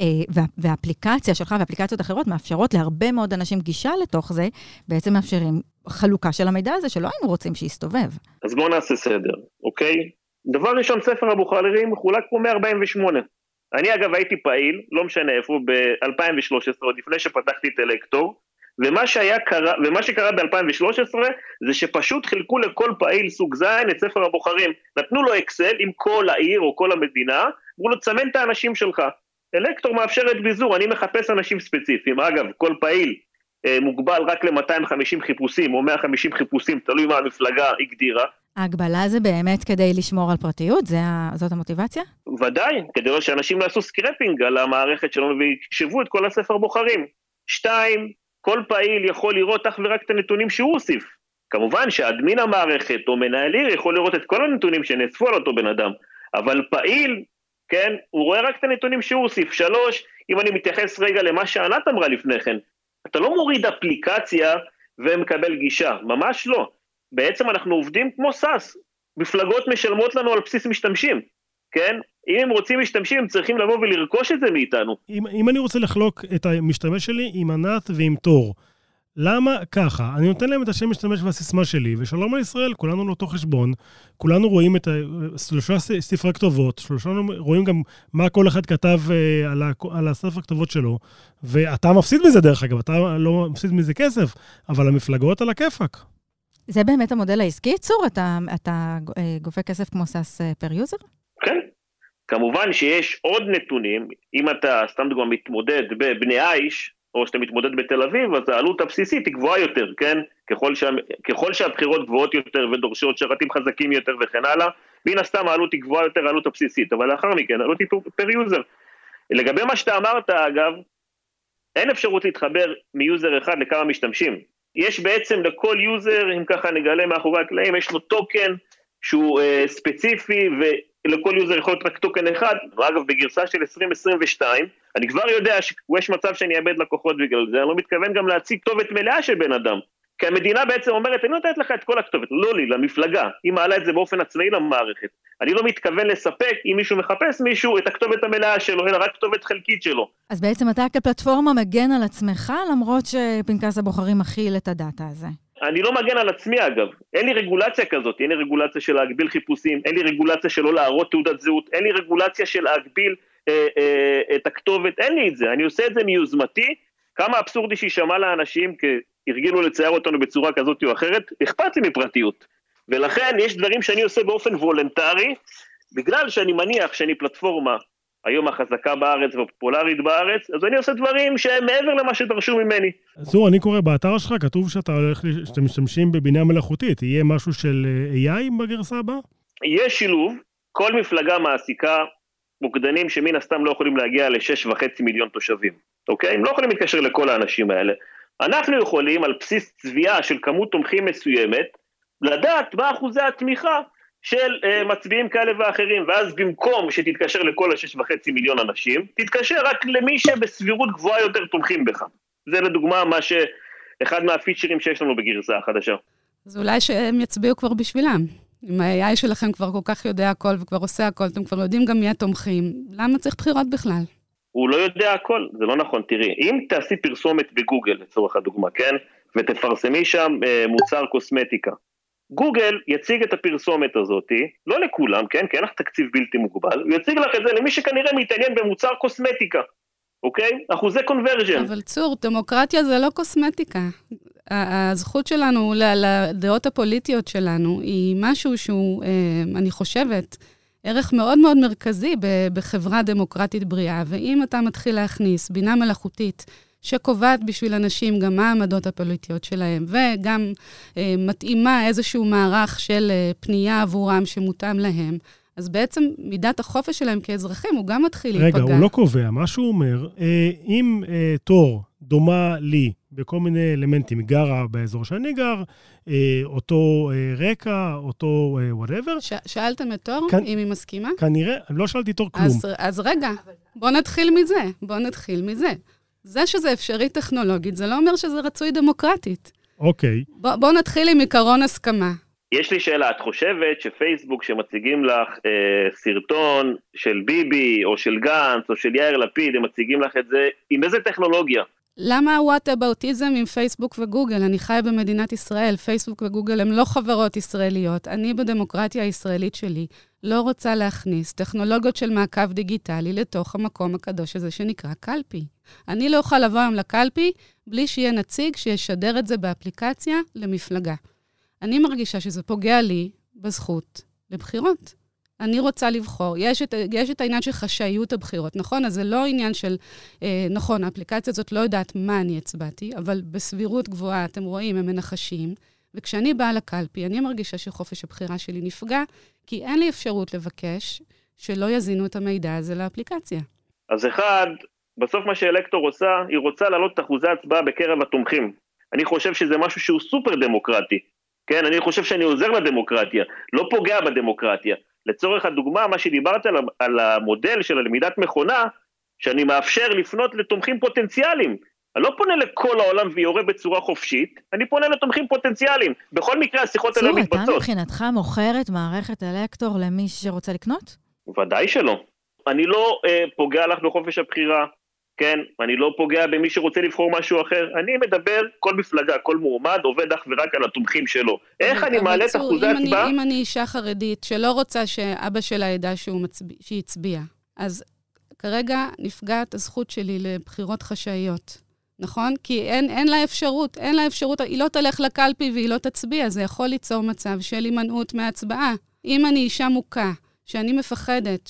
והאפליקציה שלך ואפליקציות אחרות מאפשרות להרבה מאוד אנשים גישה לתוך זה, בעצם מאפשרים חלוקה של המידע הזה שלא היינו רוצים שיסתובב. אז בואו נעשה סדר, אוקיי? דבר ראשון, ספר הבוחרים מחולק פה מאה ארבעים ושמונה. אני אגב הייתי פעיל, לא משנה איפה, ב-אלפיים ושלוש עשרה, עוד לפני שפתחתי את אלקטור, ומה שהיה קרה, ומה שקרה ב-אלפיים ושלוש עשרה, זה שפשוט חילקו לכל פעיל סוג זין את ספר הבוחרים. נתנו לו אקסל עם כל העיר או כל המדינה, אמרו לו, צמן את האנשים שלך. אלקטור מאפשר את ביזור, אני מחפש אנשים ספציפיים. אגב, כל פעיל אה, מוגבל רק ל-מאתיים וחמישים חיפושים, או מאה וחמישים חיפושים, תלוי מה המפלגה הגדירה. ההגבלה זה באמת כדי לשמור על פרטיות? זה, זאת המוטיבציה? ודאי, כדי לא שאנשים לא יעשו סקרפינג על המערכת שלנו ויקשבו את כל הספר בוחרים. שתיים, כל פעיל יכול לראות אך ורק את הנתונים שהוא הוסיף. כמובן שהאדמין המערכת או מנהל עיר יכול לראות את כל הנתונים שנאספו על אותו בן אדם, אבל פעיל, כן, הוא רואה רק את הנתונים שהוא הוסיף. שלוש, אם אני מתייחס רגע למה שענת אמרה לפני כן, אתה לא מוריד אפליקציה ומקבל גישה, ממש לא. בעצם אנחנו עובדים כמו סאס, מפלגות משלמות לנו על בסיס משתמשים, כן? אם הם רוצים משתמשים, הם צריכים לבוא ולרכוש את זה מאיתנו. אם, אם אני רוצה לחלוק את המשתמש שלי עם ענת ועם תור, למה ככה? אני נותן להם את השם משתמש והסיסמה שלי, ושלום על ישראל, כולנו לאותו חשבון, כולנו רואים את שלושה ספרי כתובות, שלושנו רואים גם מה כל אחד כתב על, ה, על הספר כתובות שלו, ואתה מפסיד מזה דרך אגב, אתה לא מפסיד מזה כסף, אבל המפלגות על הכיפק. זה באמת המודל העסקי, צור? אתה, אתה גובה כסף כמו סאס פר יוזר? כן. כמובן שיש עוד נתונים, אם אתה סתם דוגמה מתמודד בבני עיש, או שאתה מתמודד בתל אביב, אז העלות הבסיסית היא גבוהה יותר, כן? ככל, שה, ככל שהבחירות גבוהות יותר ודורשות שרתים חזקים יותר וכן הלאה, מן הסתם העלות היא גבוהה יותר, העלות הבסיסית, אבל לאחר מכן העלות היא פר יוזר. לגבי מה שאתה אמרת, אגב, אין אפשרות להתחבר מיוזר אחד לכמה משתמשים. יש בעצם לכל יוזר, אם ככה נגלה מאחורי הקלעים, יש לו טוקן שהוא אה, ספציפי, ולכל יוזר יכול להיות רק טוקן אחד. אגב, בגרסה של עשרים עשרים ושתיים, אני כבר יודע שיש מצב שאני אאבד לקוחות בגלל זה, אני לא מתכוון גם להציג כתובת מלאה של בן אדם, כי המדינה בעצם אומרת, אני נותנת לך את כל הכתובת, לא לי, למפלגה, היא מעלה את זה באופן עצמאי למערכת. אני לא מתכוון לספק, אם מישהו מחפש מישהו, את הכתובת המלאה שלו, אלא רק כתובת חלקית שלו. אז בעצם אתה כפלטפורמה מגן על עצמך, למרות שפנקס הבוחרים מכיל את הדאטה הזה. אני לא מגן על עצמי אגב, אין לי רגולציה כזאת, אין לי רגולציה של להגביל חיפושים, אין לי רגולציה של לא להראות תעודת זהות, אין לי רגולציה של להגביל אה, אה, את הכתובת, אין לי את זה, אני עושה את זה מיוזמתי, כמה אבסורדי שישמע לאנשים, כי הרגילו לצייר אותנו בצורה כזאת או אחרת, אכפת לי מפרטיות, ולכן יש דברים שאני עושה באופן וולנטרי, בגלל שאני מניח שאני פלטפורמה, היום החזקה בארץ והפופולרית בארץ, אז אני עושה דברים שהם מעבר למה שדרשו ממני. זו, אני קורא באתר שלך, כתוב שאתה הולך, שאתם משתמשים בבינה מלאכותית, יהיה משהו של איי איי בגרסה הבאה? יש שילוב, כל מפלגה מעסיקה מוקדנים שמן הסתם לא יכולים להגיע לשש וחצי מיליון תושבים, אוקיי? הם לא יכולים להתקשר לכל האנשים האלה. אנחנו יכולים על בסיס צביעה של כמות תומכים מסוימת, לדעת מה אחוזי התמיכה של uh, מצביעים כאלה ואחרים, ואז במקום שתתקשר לכל השש וחצי מיליון אנשים, תתקשר רק למי שבסבירות גבוהה יותר תומכים בך. זה לדוגמה מה שאחד מהפיצ'רים שיש לנו בגרסה החדשה. אז אולי שהם יצביעו כבר בשבילם. אם ה-איי איי שלכם כבר כל כך יודע הכל וכבר עושה הכל, אתם כבר יודעים גם מי התומכים, למה צריך בחירות בכלל? הוא לא יודע הכל, זה לא נכון. תראי, אם תעשי פרסומת בגוגל, לצורך הדוגמה, כן? ותפרסמי שם uh, מוצר קוסמטיקה. גוגל יציג את הפרסומת הזאת, לא לכולם, כן? כי אין לך תקציב בלתי מוגבל, הוא יציג לך את זה למי שכנראה מתעניין במוצר קוסמטיקה, אוקיי? אחוזי קונברג'ן. אבל צור, דמוקרטיה זה לא קוסמטיקה. הזכות שלנו, לדעות הפוליטיות שלנו, היא משהו שהוא, אני חושבת, ערך מאוד מאוד מרכזי בחברה דמוקרטית בריאה, ואם אתה מתחיל להכניס בינה מלאכותית, שקובעת בשביל אנשים גם מה העמדות הפוליטיות שלהם, וגם אה, מתאימה איזשהו מערך של אה, פנייה עבורם שמותאם להם, אז בעצם מידת החופש שלהם כאזרחים, הוא גם מתחיל רגע, להיפגע. רגע, הוא לא קובע. מה שהוא אומר, אה, אם אה, תור דומה לי בכל מיני אלמנטים, גרה באזור שאני גר, אה, אותו אה, רקע, אותו אה, whatever. ש- שאלתם את תור, כאן, אם היא מסכימה? כנראה, לא שאלתי תור כלום. אז, אז רגע, בוא נתחיל מזה, בוא נתחיל מזה. זה שזה אפשרי טכנולוגית, זה לא אומר שזה רצוי דמוקרטית. אוקיי. בוא, בוא נתחיל עם עיקרון הסכמה. יש לי שאלה, את חושבת שפייסבוק שמציגים לך אה, סרטון של ביבי, או של גנץ, או של יאיר לפיד, הם מציגים לך את זה, עם איזה טכנולוגיה? למה הוואטאבאוטיזם עם פייסבוק וגוגל? אני חי במדינת ישראל, פייסבוק וגוגל הם לא חברות ישראליות. אני בדמוקרטיה הישראלית שלי לא רוצה להכניס טכנולוגיות של מעקב דיגיטלי לתוך המקום הקדוש הזה שנקרא קלפי. אני לא אוכל לבוא היום לקלפי בלי שיהיה נציג שישדר את זה באפליקציה למפלגה. אני מרגישה שזה פוגע לי בזכות לבחירות. אני רוצה לבחור. יש את, יש את העניין של חשאיות הבחירות, נכון? אז זה לא עניין של, אה, נכון, האפליקציה הזאת לא יודעת מה אני הצבעתי, אבל בסבירות גבוהה, אתם רואים, הם מנחשים, וכשאני באה לקלפי, אני מרגישה שחופש הבחירה שלי נפגע, כי אין לי אפשרות לבקש שלא יזינו את המידע הזה לאפליקציה. אז אחד, בסוף מה שאלקטור עושה, היא רוצה להעלות את אחוזי הצבעה בקרב התומכים. אני חושב שזה משהו שהוא סופר דמוקרטי. כן, אני חושב שאני עוזר לדמוקרטיה, לא פוגע בדמוקרטיה. לצורך הדוגמה, מה שדיברת על, על המודל של הלמידת מכונה, שאני מאפשר לפנות לתומכים פוטנציאליים. אני לא פונה לכל העולם ויורה בצורה חופשית, אני פונה לתומכים פוטנציאליים. בכל מקרה, השיחות האלה מתבצעות. צור, אתה מבחינתך מוכרת מערכת אלקטור למי שרוצה לקנות? ודאי שלא. אני לא אה, פוגע לך בחופש הבחירה, כן, אני לא פוגע במי שרוצה לבחור משהו אחר, אני מדבר, כל מפלגה, כל מועמד, עובד אך ורק על התומכים שלו. איך אני מעלה את אחוזי הצבעה? אם אני אישה חרדית שלא רוצה שאבא שלה ידע שהיא הצביע, אז כרגע נפגעת הזכות שלי לבחירות חשאיות, נכון? כי אין, אין לה אפשרות, אין לה אפשרות, היא לא תלך לקלפי והיא לא תצביע, זה יכול ליצור מצב של הימנעות מהצבעה. אם אני אישה מוכה, שאני מפחדת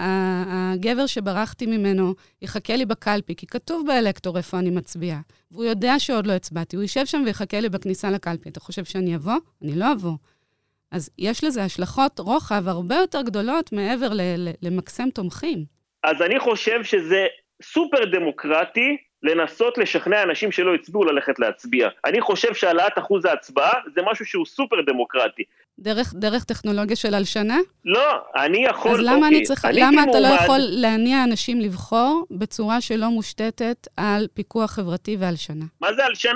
שהגבר שברחתי ממנו יחכה לי בקלפי, כי כתוב באלקטור איפה אני מצביעה, והוא יודע שעוד לא הצבעתי, הוא יישב שם ויחכה לי בכניסה לקלפי. אתה חושב שאני אבוא? אני לא אבוא. אז יש לזה השלכות רוחב הרבה יותר גדולות מעבר למקסם תומכים. אז אני חושב שזה סופר דמוקרטי לנסות לשכנע אנשים שלא הצביעו ללכת להצביע. אני חושב שהעלאת אחוז ההצבעה זה משהו שהוא סופר דמוקרטי. דרך, דרך טכנולוגיה של הלשנה? לא, אני יכול... אז למה, אוקיי, אני צריך, אני למה כמועמד... אתה לא יכול להניע אנשים לבחור בצורה שלא מושתתת על פיקוח חברתי והלשנה? מה זה הלשנה?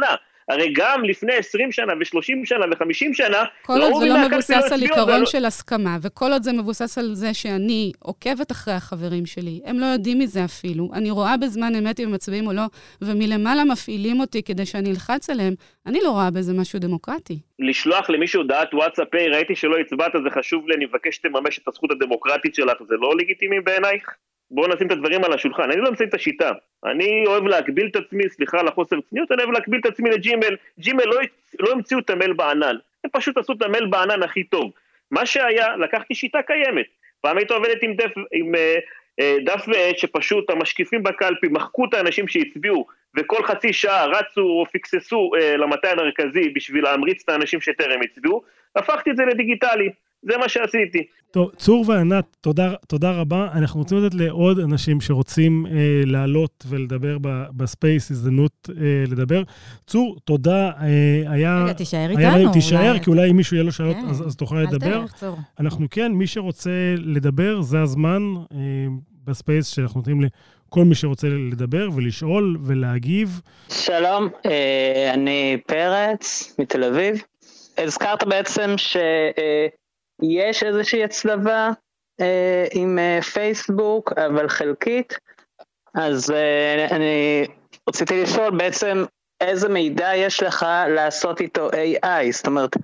הרי גם לפני עשרים שנה ו-שלושים שנה ו-חמישים שנה, כל עוד זה לא מבוסס על עיקרון של הסכמה, וכל עוד זה מבוסס על זה שאני עוקבת אחרי החברים שלי, הם לא יודעים מזה אפילו, אני רואה בזמן אמת אם הם מצביעים או לא, ומלמעלה מפעילים אותי כדי שאני אלחץ עליהם, אני לא רואה בזה משהו דמוקרטי. לשלוח למישהו הודעת וואטסאפ, היי, ראיתי שלא הצבעת, זה חשוב לי, אני מבקש שתממש את הזכות הדמוקרטית שלך, זה לא לגיטימי בעינייך? בואו נשים את הדברים על השולחן, אני לא מציין את השיטה, אני אוהב להגביל את עצמי, סליחה על החוסר צניעות, אני אוהב להגביל את עצמי לג'ימל, ג'ימל לא, לא המציאו את המייל בענן, הם פשוט עשו את המייל בענן הכי טוב, מה שהיה, לקחתי שיטה קיימת, פעם היית עובדת עם דף, עם, אה, אה, דף ועט שפשוט המשקיפים בקלפי מחקו את האנשים שהצביעו, וכל חצי שעה רצו או פיקססו אה, למטה המרכזי בשביל להמריץ את האנשים שטרם הצביעו, הפכתי את זה לדיגיטלי. זה מה שעשיתי. טוב, צור וענת, תודה, תודה רבה. אנחנו רוצים לתת לעוד אנשים שרוצים אה, לעלות ולדבר ב, בספייס, הזדמנות אה, לדבר. צור, תודה. אה, היה... רגע, תישאר איתנו. היה, תישאר, אולי... כי אולי אם מישהו יהיה לו שאלות, כן. אז, אז תוכל לדבר. אל תלך, אנחנו כן, מי שרוצה לדבר, זה הזמן אה, בספייס שאנחנו נותנים לכל מי שרוצה לדבר ולשאול ולהגיב. שלום, אה, אני פרץ מתל אביב. הזכרת בעצם ש... אה, יש איזושהי הצלבה אה, עם אה, פייסבוק, אבל חלקית, אז אה, אני רציתי לשאול בעצם איזה מידע יש לך לעשות איתו איי איי, זאת אומרת,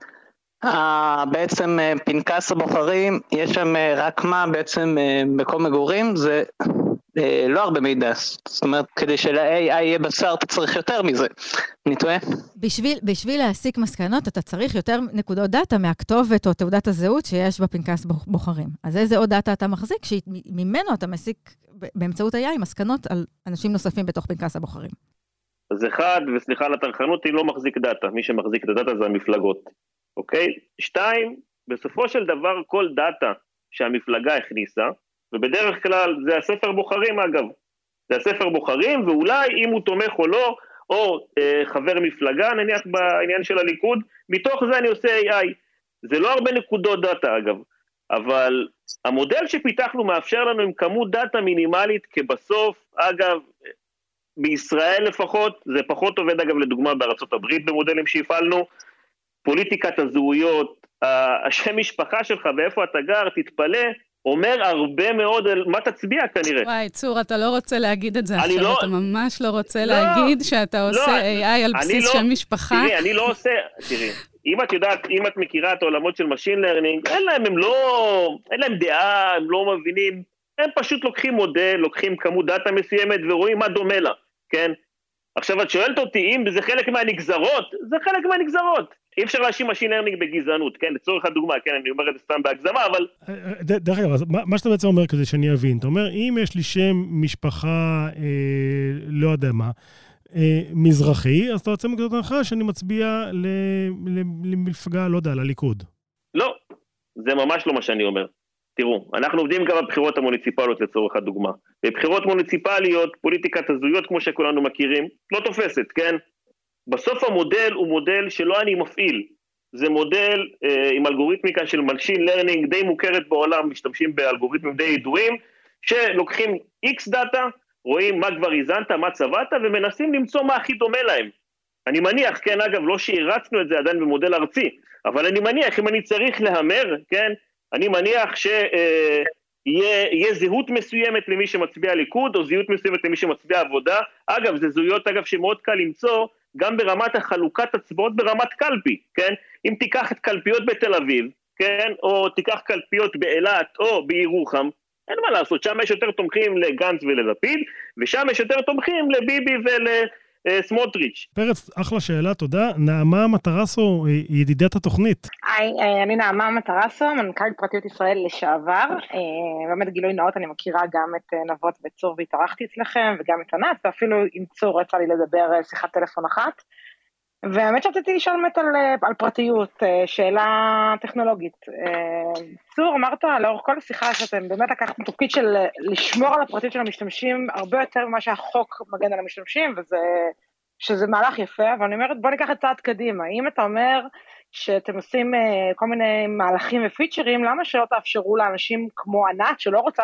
אה, בעצם אה, פנקס הבוחרים, יש שם אה, רק מה בעצם אה, מקום מגורים, זה אה, לא הרבה מידע, זאת אומרת, כדי של-איי איי יהיה בשר, אתה צריך יותר מזה, אני טועה? בשביל, בשביל להסיק מסקנות, אתה צריך יותר נקודות דאטה מהכתובת או תעודת הזהות שיש בפנקס בוחרים. אז איזה עוד דאטה אתה מחזיק, שממנו אתה מסיק באמצעות איי איי מסקנות על אנשים נוספים בתוך פנקס הבוחרים. אז אחד, וסליחה על התרחנות, היא לא מחזיק דאטה, מי שמחזיק את הדאטה זה המפלגות, אוקיי? שתיים, בסופו של דבר כל דאטה שהמפלגה הכניסה, ובדרך כלל זה הספר בוחרים אגב, זה הספר בוחרים, ואולי אם הוא תומך או לא, או אה, חבר מפלגה, נניח בעניין של הליכוד, מתוך זה אני עושה איי איי. זה לא הרבה נקודות דאטה אגב, אבל המודל שפיתחנו מאפשר לנו עם כמות דאטה מינימלית, כבסוף, אגב, בישראל לפחות, זה פחות עובד אגב לדוגמה בארצות הברית במודלים שהפעלנו, פוליטיקת הזהויות, השם משפחה שלך ואיפה אתה גר, תתפלא, אומר הרבה מאוד על מה תצביע כנראה. וואי, צור, אתה לא רוצה להגיד את זה עכשיו, לא, אתה ממש לא רוצה לא, להגיד שאתה עושה לא, איי איי על בסיס לא, שם משפחה. תראי, אני לא עושה, תראי, אם את יודעת, אם את מכירה את העולמות של Machine Learning, אין להם, הם לא, אין להם דעה, הם לא מבינים, הם פשוט לוקחים מודל, לוקחים כמות דאטה מסוימת ורואים מה דומה לה, כן? עכשיו את שואלת אותי אם זה חלק מהנגזרות, זה חלק מהנגזרות. אי אפשר להאשים Machine Learning בגזענות, כן? לצורך הדוגמה, כן, אני אומר את זה סתם בהגזמה, אבל... דרך אגב, מה שאתה בעצם אומר כזה שאני אבין, אתה אומר, אם יש לי שם משפחה, לא יודע מה, מזרחי, אז אתה רוצה מגדות הנחה שאני מצביע למפלגה, לא יודע, לליכוד. לא, זה ממש לא מה שאני אומר. תראו, אנחנו עובדים גם בבחירות המוניציפליות לצורך הדוגמה. בבחירות מוניציפליות, פוליטיקת הזויות, כמו שכולנו מכירים, לא תופסת, כן? בסוף המודל הוא מודל שלא אני מפעיל. זה מודל אה, עם אלגוריתמיקה של Machine Learning די מוכרת בעולם, משתמשים באלגוריתמים די ידועים, שלוקחים X דאטה, רואים מה כבר איזנת, מה צבעת, ומנסים למצוא מה הכי דומה להם. אני מניח, כן, אגב, לא שהרצנו את זה עדיין במודל ארצי, אבל אני מניח, אם אני צריך להמר, כן, אני מניח שיהיה זהות מסוימת למי שמצביע ליכוד, או זהות מסוימת למי שמצביע עבודה. אגב, זה זהויות, אגב, שמאוד קל למצוא, גם ברמת החלוקת הצבעות ברמת קלפי, כן? אם תיקח את קלפיות בתל אביב, כן? או תיקח קלפיות באילת או בירוחם, אין מה לעשות, שם יש יותר תומכים לגנץ וללפיד, ושם יש יותר תומכים לביבי ולסמוטריץ'. פרץ, אחלה שאלה, תודה. נעמה מטרסו, ידידת התוכנית. היי, אני נעמה מטרסו, מנכ"לית פרטיות ישראל לשעבר. באמת גילוי נאות, אני מכירה גם את נבות וצור והתארחתי אצלכם, וגם את ענת, ואפילו עם צור רצה לי לדבר שיחת טלפון אחת. והאמת שרציתי לשאול באמת על, על פרטיות, שאלה טכנולוגית. צור, אמרת לאורך כל השיחה שאתם באמת לקחתם תפקיד של לשמור על הפרטיות של המשתמשים, הרבה יותר ממה שהחוק מגן על המשתמשים, וזה, שזה מהלך יפה, אבל אני אומרת, בוא ניקח את צעד קדימה. אם אתה אומר שאתם עושים כל מיני מהלכים ופיצ'רים, למה שלא תאפשרו לאנשים כמו ענת, שלא רוצה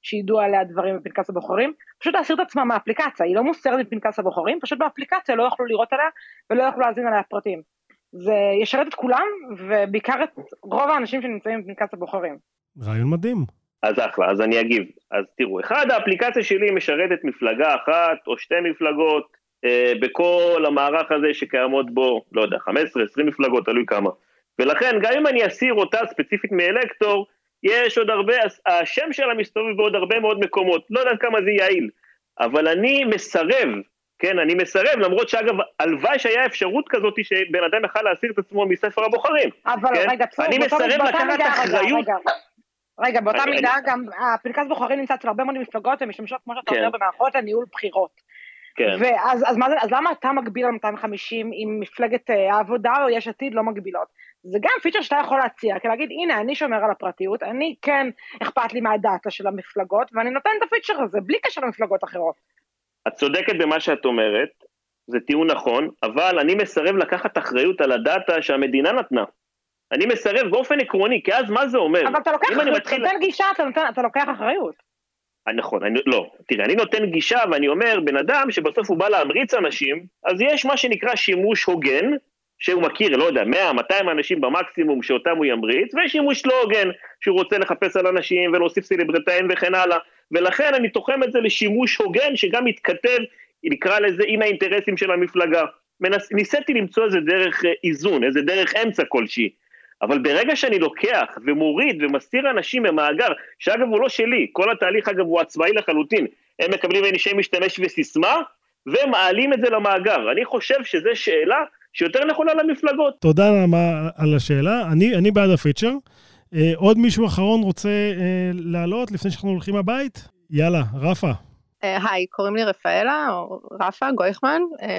שידעו עליה דברים בפנקס הבוחרים, פשוט להסיר את עצמה מהאפליקציה, היא לא מוסרת בפנקס הבוחרים, פשוט באפליקציה לא יוכלו לראות עליה, ולא יוכלו להזין עליה פרטים. זה ישרת את כולם, ובעיקר את רוב האנשים שנמצאים בפנקס הבוחרים. רעיון מדהים. אז אחלה, אז אני אגיב. אז תראו, אחד, האפליקציה שלי משרתת מפלגה אחת או שתי מפלגות, אה, בכל המערך הזה שקיימות בו, לא יודע, חמש עשרה עשרים מפלגות, תלוי כמה. ולכן, גם אם אני אסיר אותה ספציפית מאלקטור, יש עוד הרבה, השם שלה מסתובב בעוד הרבה מאוד מקומות, לא יודעת כמה זה יעיל, אבל אני מסרב, כן, אני מסרב, למרות שאגב, הלוואי שהיה אפשרות כזאת שבן אדם יכל להסיר את עצמו מספר הבוחרים. אבל כן? רגע, צור, אני מסרב לקחת אחריות. רגע, רגע, באותה מידה גם הפנקס בוחרים נמצא אצל הרבה מאוד מפלגות, הן משתמשות כמו שאתה אומר במערכות לניהול בחירות. כן. ואז אז מה, אז למה אתה מגביל על מאתיים וחמישים אם מפלגת העבודה או יש עתיד לא מגבילות? זה גם פיצ'ר שאתה יכול להציע, כי להגיד, הנה, אני שומר על הפרטיות, אני כן אכפת לי מהדאטה של המפלגות, ואני נותן את הפיצ'ר הזה, בלי קשר למפלגות אחרות. את צודקת במה שאת אומרת, זה טיעון נכון, אבל אני מסרב לקחת אחריות על הדאטה שהמדינה נתנה. אני מסרב באופן עקרוני, כי אז מה זה אומר? אבל אתה לוקח אחריות, אתה מתחיל... נותן גישה, אתה, נותן, אתה לוקח אחריות. נכון, אני, לא, תראה, אני נותן גישה ואני אומר, בן אדם שבסוף הוא בא להמריץ אנשים, אז יש מה שנקרא שימוש הוגן, שהוא מכיר, לא יודע, מאה מאתיים אנשים במקסימום שאותם הוא ימריץ, ושימוש לא הוגן, שהוא רוצה לחפש על אנשים ולהוסיף סלבריטאים וכן הלאה, ולכן אני תוחם את זה לשימוש הוגן, שגם מתכתב, נקרא לזה, עם האינטרסים של המפלגה. מנס, ניסיתי למצוא איזה דרך איזון, איזה דרך אמצע כלשהי, אבל ברגע שאני לוקח ומוריד ומסתיר אנשים ממאגר, שאגב הוא לא שלי, כל התהליך אגב הוא עצמאי לחלוטין, הם מקבלים ממני שם משתמש וסיסמה, ומעלים את זה למאגר. אני חושב שזו שאלה שיותר נכונה למפלגות. תודה נעמה על השאלה, אני, אני בעד הפיצ'ר. אה, עוד מישהו אחרון רוצה אה, לעלות לפני שאנחנו הולכים הבית? יאללה, רפה. היי, קוראים לי רפאלה, או רפה גויכמן,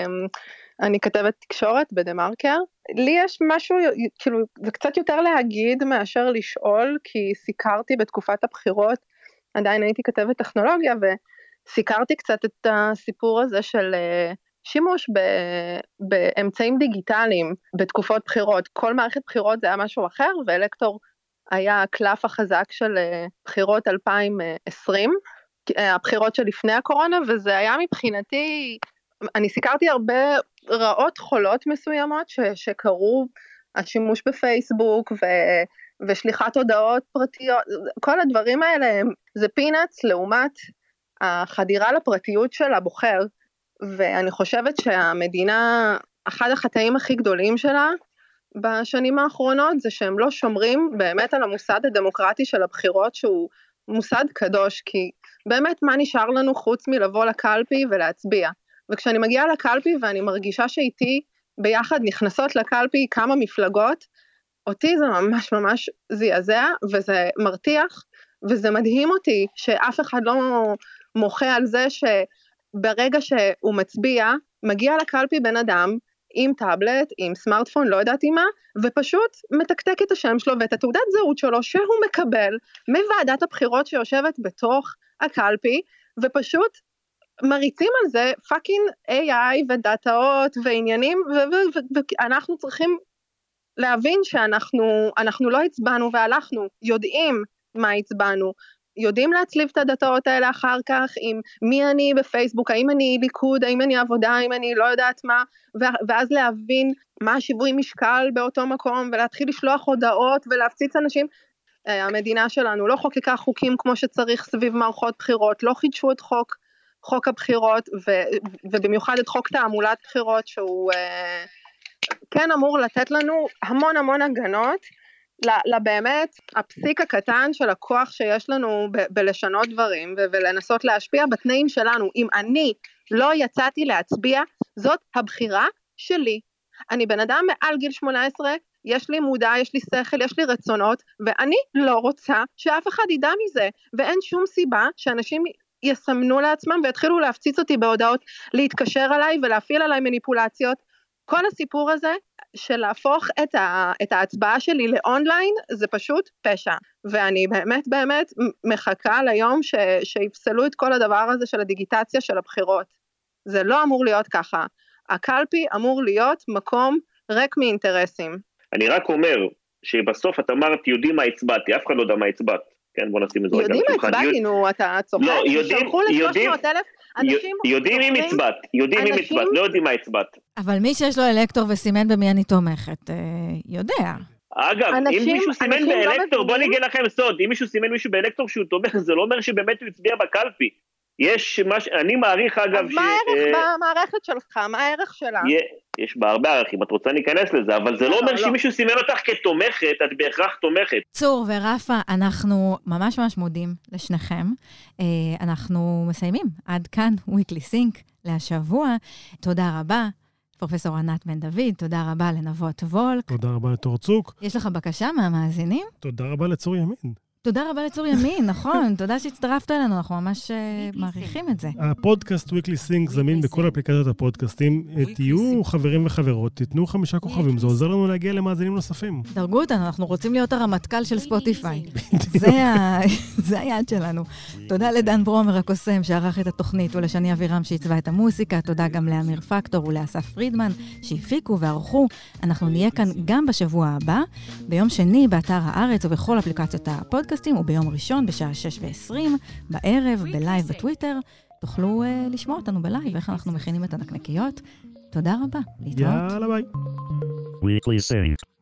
אני כתבת תקשורת בדמרקר. לי יש משהו, כאילו, זה קצת יותר להגיד מאשר לשאול, כי סיקרתי בתקופת הבחירות, עדיין הייתי כתבת טכנולוגיה, וסיקרתי קצת את הסיפור הזה של שימוש באמצעים דיגיטליים בתקופות בחירות. כל מערכת בחירות זה היה משהו אחר, ואלקטור היה הקלף החזק של בחירות אלפיים עשרים, הבחירות שלפני הקורונה, וזה היה מבחינתי, אני סיקרתי הרבה רעות חולות מסוימות ש, שקרו, השימוש בפייסבוק ו, ושליחת הודעות פרטיות, כל הדברים האלה זה פינאץ לעומת החדירה לפרטיות של הבוחר, ואני חושבת שהמדינה, אחד החטאים הכי גדולים שלה בשנים האחרונות, זה שהם לא שומרים באמת על המוסד הדמוקרטי של הבחירות, שהוא מוסד קדוש, כי באמת מה נשאר לנו חוץ מלבוא לקלפי ולהצביע, וכשאני מגיעה לקלפי ואני מרגישה שאיתי ביחד נכנסות לקלפי כמה מפלגות, אותי זה ממש ממש זעזע, וזה מרתיח, וזה מדהים אותי שאף אחד לא מוחה על זה שברגע שהוא מצביע, מגיע לקלפי בן אדם, עם טאבלט, עם סמארטפון, לא יודעת מה, ופשוט מתקתק את השם שלו ואת התעודת זהות שלו שהוא מקבל מוועדת הבחירות שיושבת בתוך הקלפי, ופשוט מריצים על זה פאקינג איי איי ודאטאות ועניינים, ואנחנו צריכים להבין שאנחנו אנחנו לא הצבענו והלכנו, יודעים מה הצבענו, יודעים להצליב את הדאטאות האלה אחר כך, עם מי אני בפייסבוק, האם אני ליכוד, האם אני עבודה, האם אני לא יודעת מה, ואז להבין מה השיווי משקל באותו מקום, ולהתחיל לשלוח הודעות ולהפציץ אנשים. המדינה שלנו לא חוקקה חוקים כמו שצריך סביב מערכות בחירות, לא חידשו את חוק, חוק הבחירות, ו, ובמיוחד את חוק תעמולת בחירות, שהוא כן אמור לתת לנו המון המון הגנות, לבאמת הפסיק הקטן של הכוח שיש לנו ב- בלשנות דברים ו- ולנסות להשפיע בתנאים שלנו. אם אני לא יצאתי להצביע, זאת הבחירה שלי. אני בן אדם מעל גיל שמונה עשרה, יש לי מודע, יש לי שכל, יש לי רצונות, ואני לא רוצה שאף אחד ידע מזה, ואין שום סיבה שאנשים יסמנו לעצמם ויתחילו להפציץ אותי בהודעות, להתקשר עליי ולהפעיל עליי מניפולציות. כל הסיפור הזה של להפוך את, ה, את ההצבעה שלי לאונליין, זה פשוט פשע. ואני באמת באמת מחכה ליום ש, שיפסלו את כל הדבר הזה של הדיגיטציה של הבחירות. זה לא אמור להיות ככה. הקלפי אמור להיות מקום ריק מאינטרסים. אני רק אומר שבסוף את אמרת, יודעים מה הצבעתי, אף אחד לא יודע מה הצבעת. כן, בוא נשים את זה רגע. יודעים מה הצבעתי, נו, אתה צוחק? לא, יודעים, שלחו ל-שלוש מאות אלף אנשים... יודעים אם הצבעת, יודעים אם הצבעת, לא יודעים מה הצבעת. אבל מי שיש לו אלקטור וסימן במי אני תומכת, יודע. אגב, אם מישהו סימן באלקטור, בוא נגיד לכם סוד, אם מישהו סימן מישהו באלקטור שהוא תומך, זה לא אומר שבאמת הוא הצביע בקלפי. יש מש... אני מעריך אגב אז ש... מה הערך במערכת שלך? מה הערך שלה? יש בה הרבה ערכים, את רוצה להיכנס לזה, אבל זה לא אומר שמישהו סימן אותך כתומכת, את בהכרח תומכת. צור ורפה, אנחנו ממש ממש מודים לשניכם. אנחנו מסיימים עד כאן Weekly Sync להשבוע. תודה רבה. פרופסור ענת בן דוד, תודה רבה לנבות וולק. תודה רבה לתור צוק. יש לך בקשה מהמאזינים? תודה רבה לצור ימין. תודה רבה לצור ימין, נכון. תודה שהצטרפת אלינו, אנחנו ממש מעריכים את זה. הפודקאסט Weekly Sync זמין בכל אפליקציות הפודקאסטים. תהיו חברים וחברות, תיתנו חמישה כוכבים, זה עוזר לנו להגיע למאזינים נוספים. דרגו אותנו, אנחנו רוצים להיות הרמטכ"ל של ספוטיפיי. זה היעד שלנו. תודה לדן ברומר הקוסם שערך את התוכנית, ולשני אבירם שעיצבה את המוסיקה. תודה גם לאמיר פקטור ולאסף פרידמן שהפיקו וערכו. אנחנו נהיה כאן גם בשבוע הבא, ביום שני באתר הארץ ובכל אפליקציות הפודקאסט. וביום ראשון בשעה שש ועשרים בערב בלייב בטוויטר. תוכלו uh, לשמוע אותנו בלייב, איך אנחנו מכינים את הנקנקיות. תודה רבה, להתראות. יאללה ביי. Weekly Sync.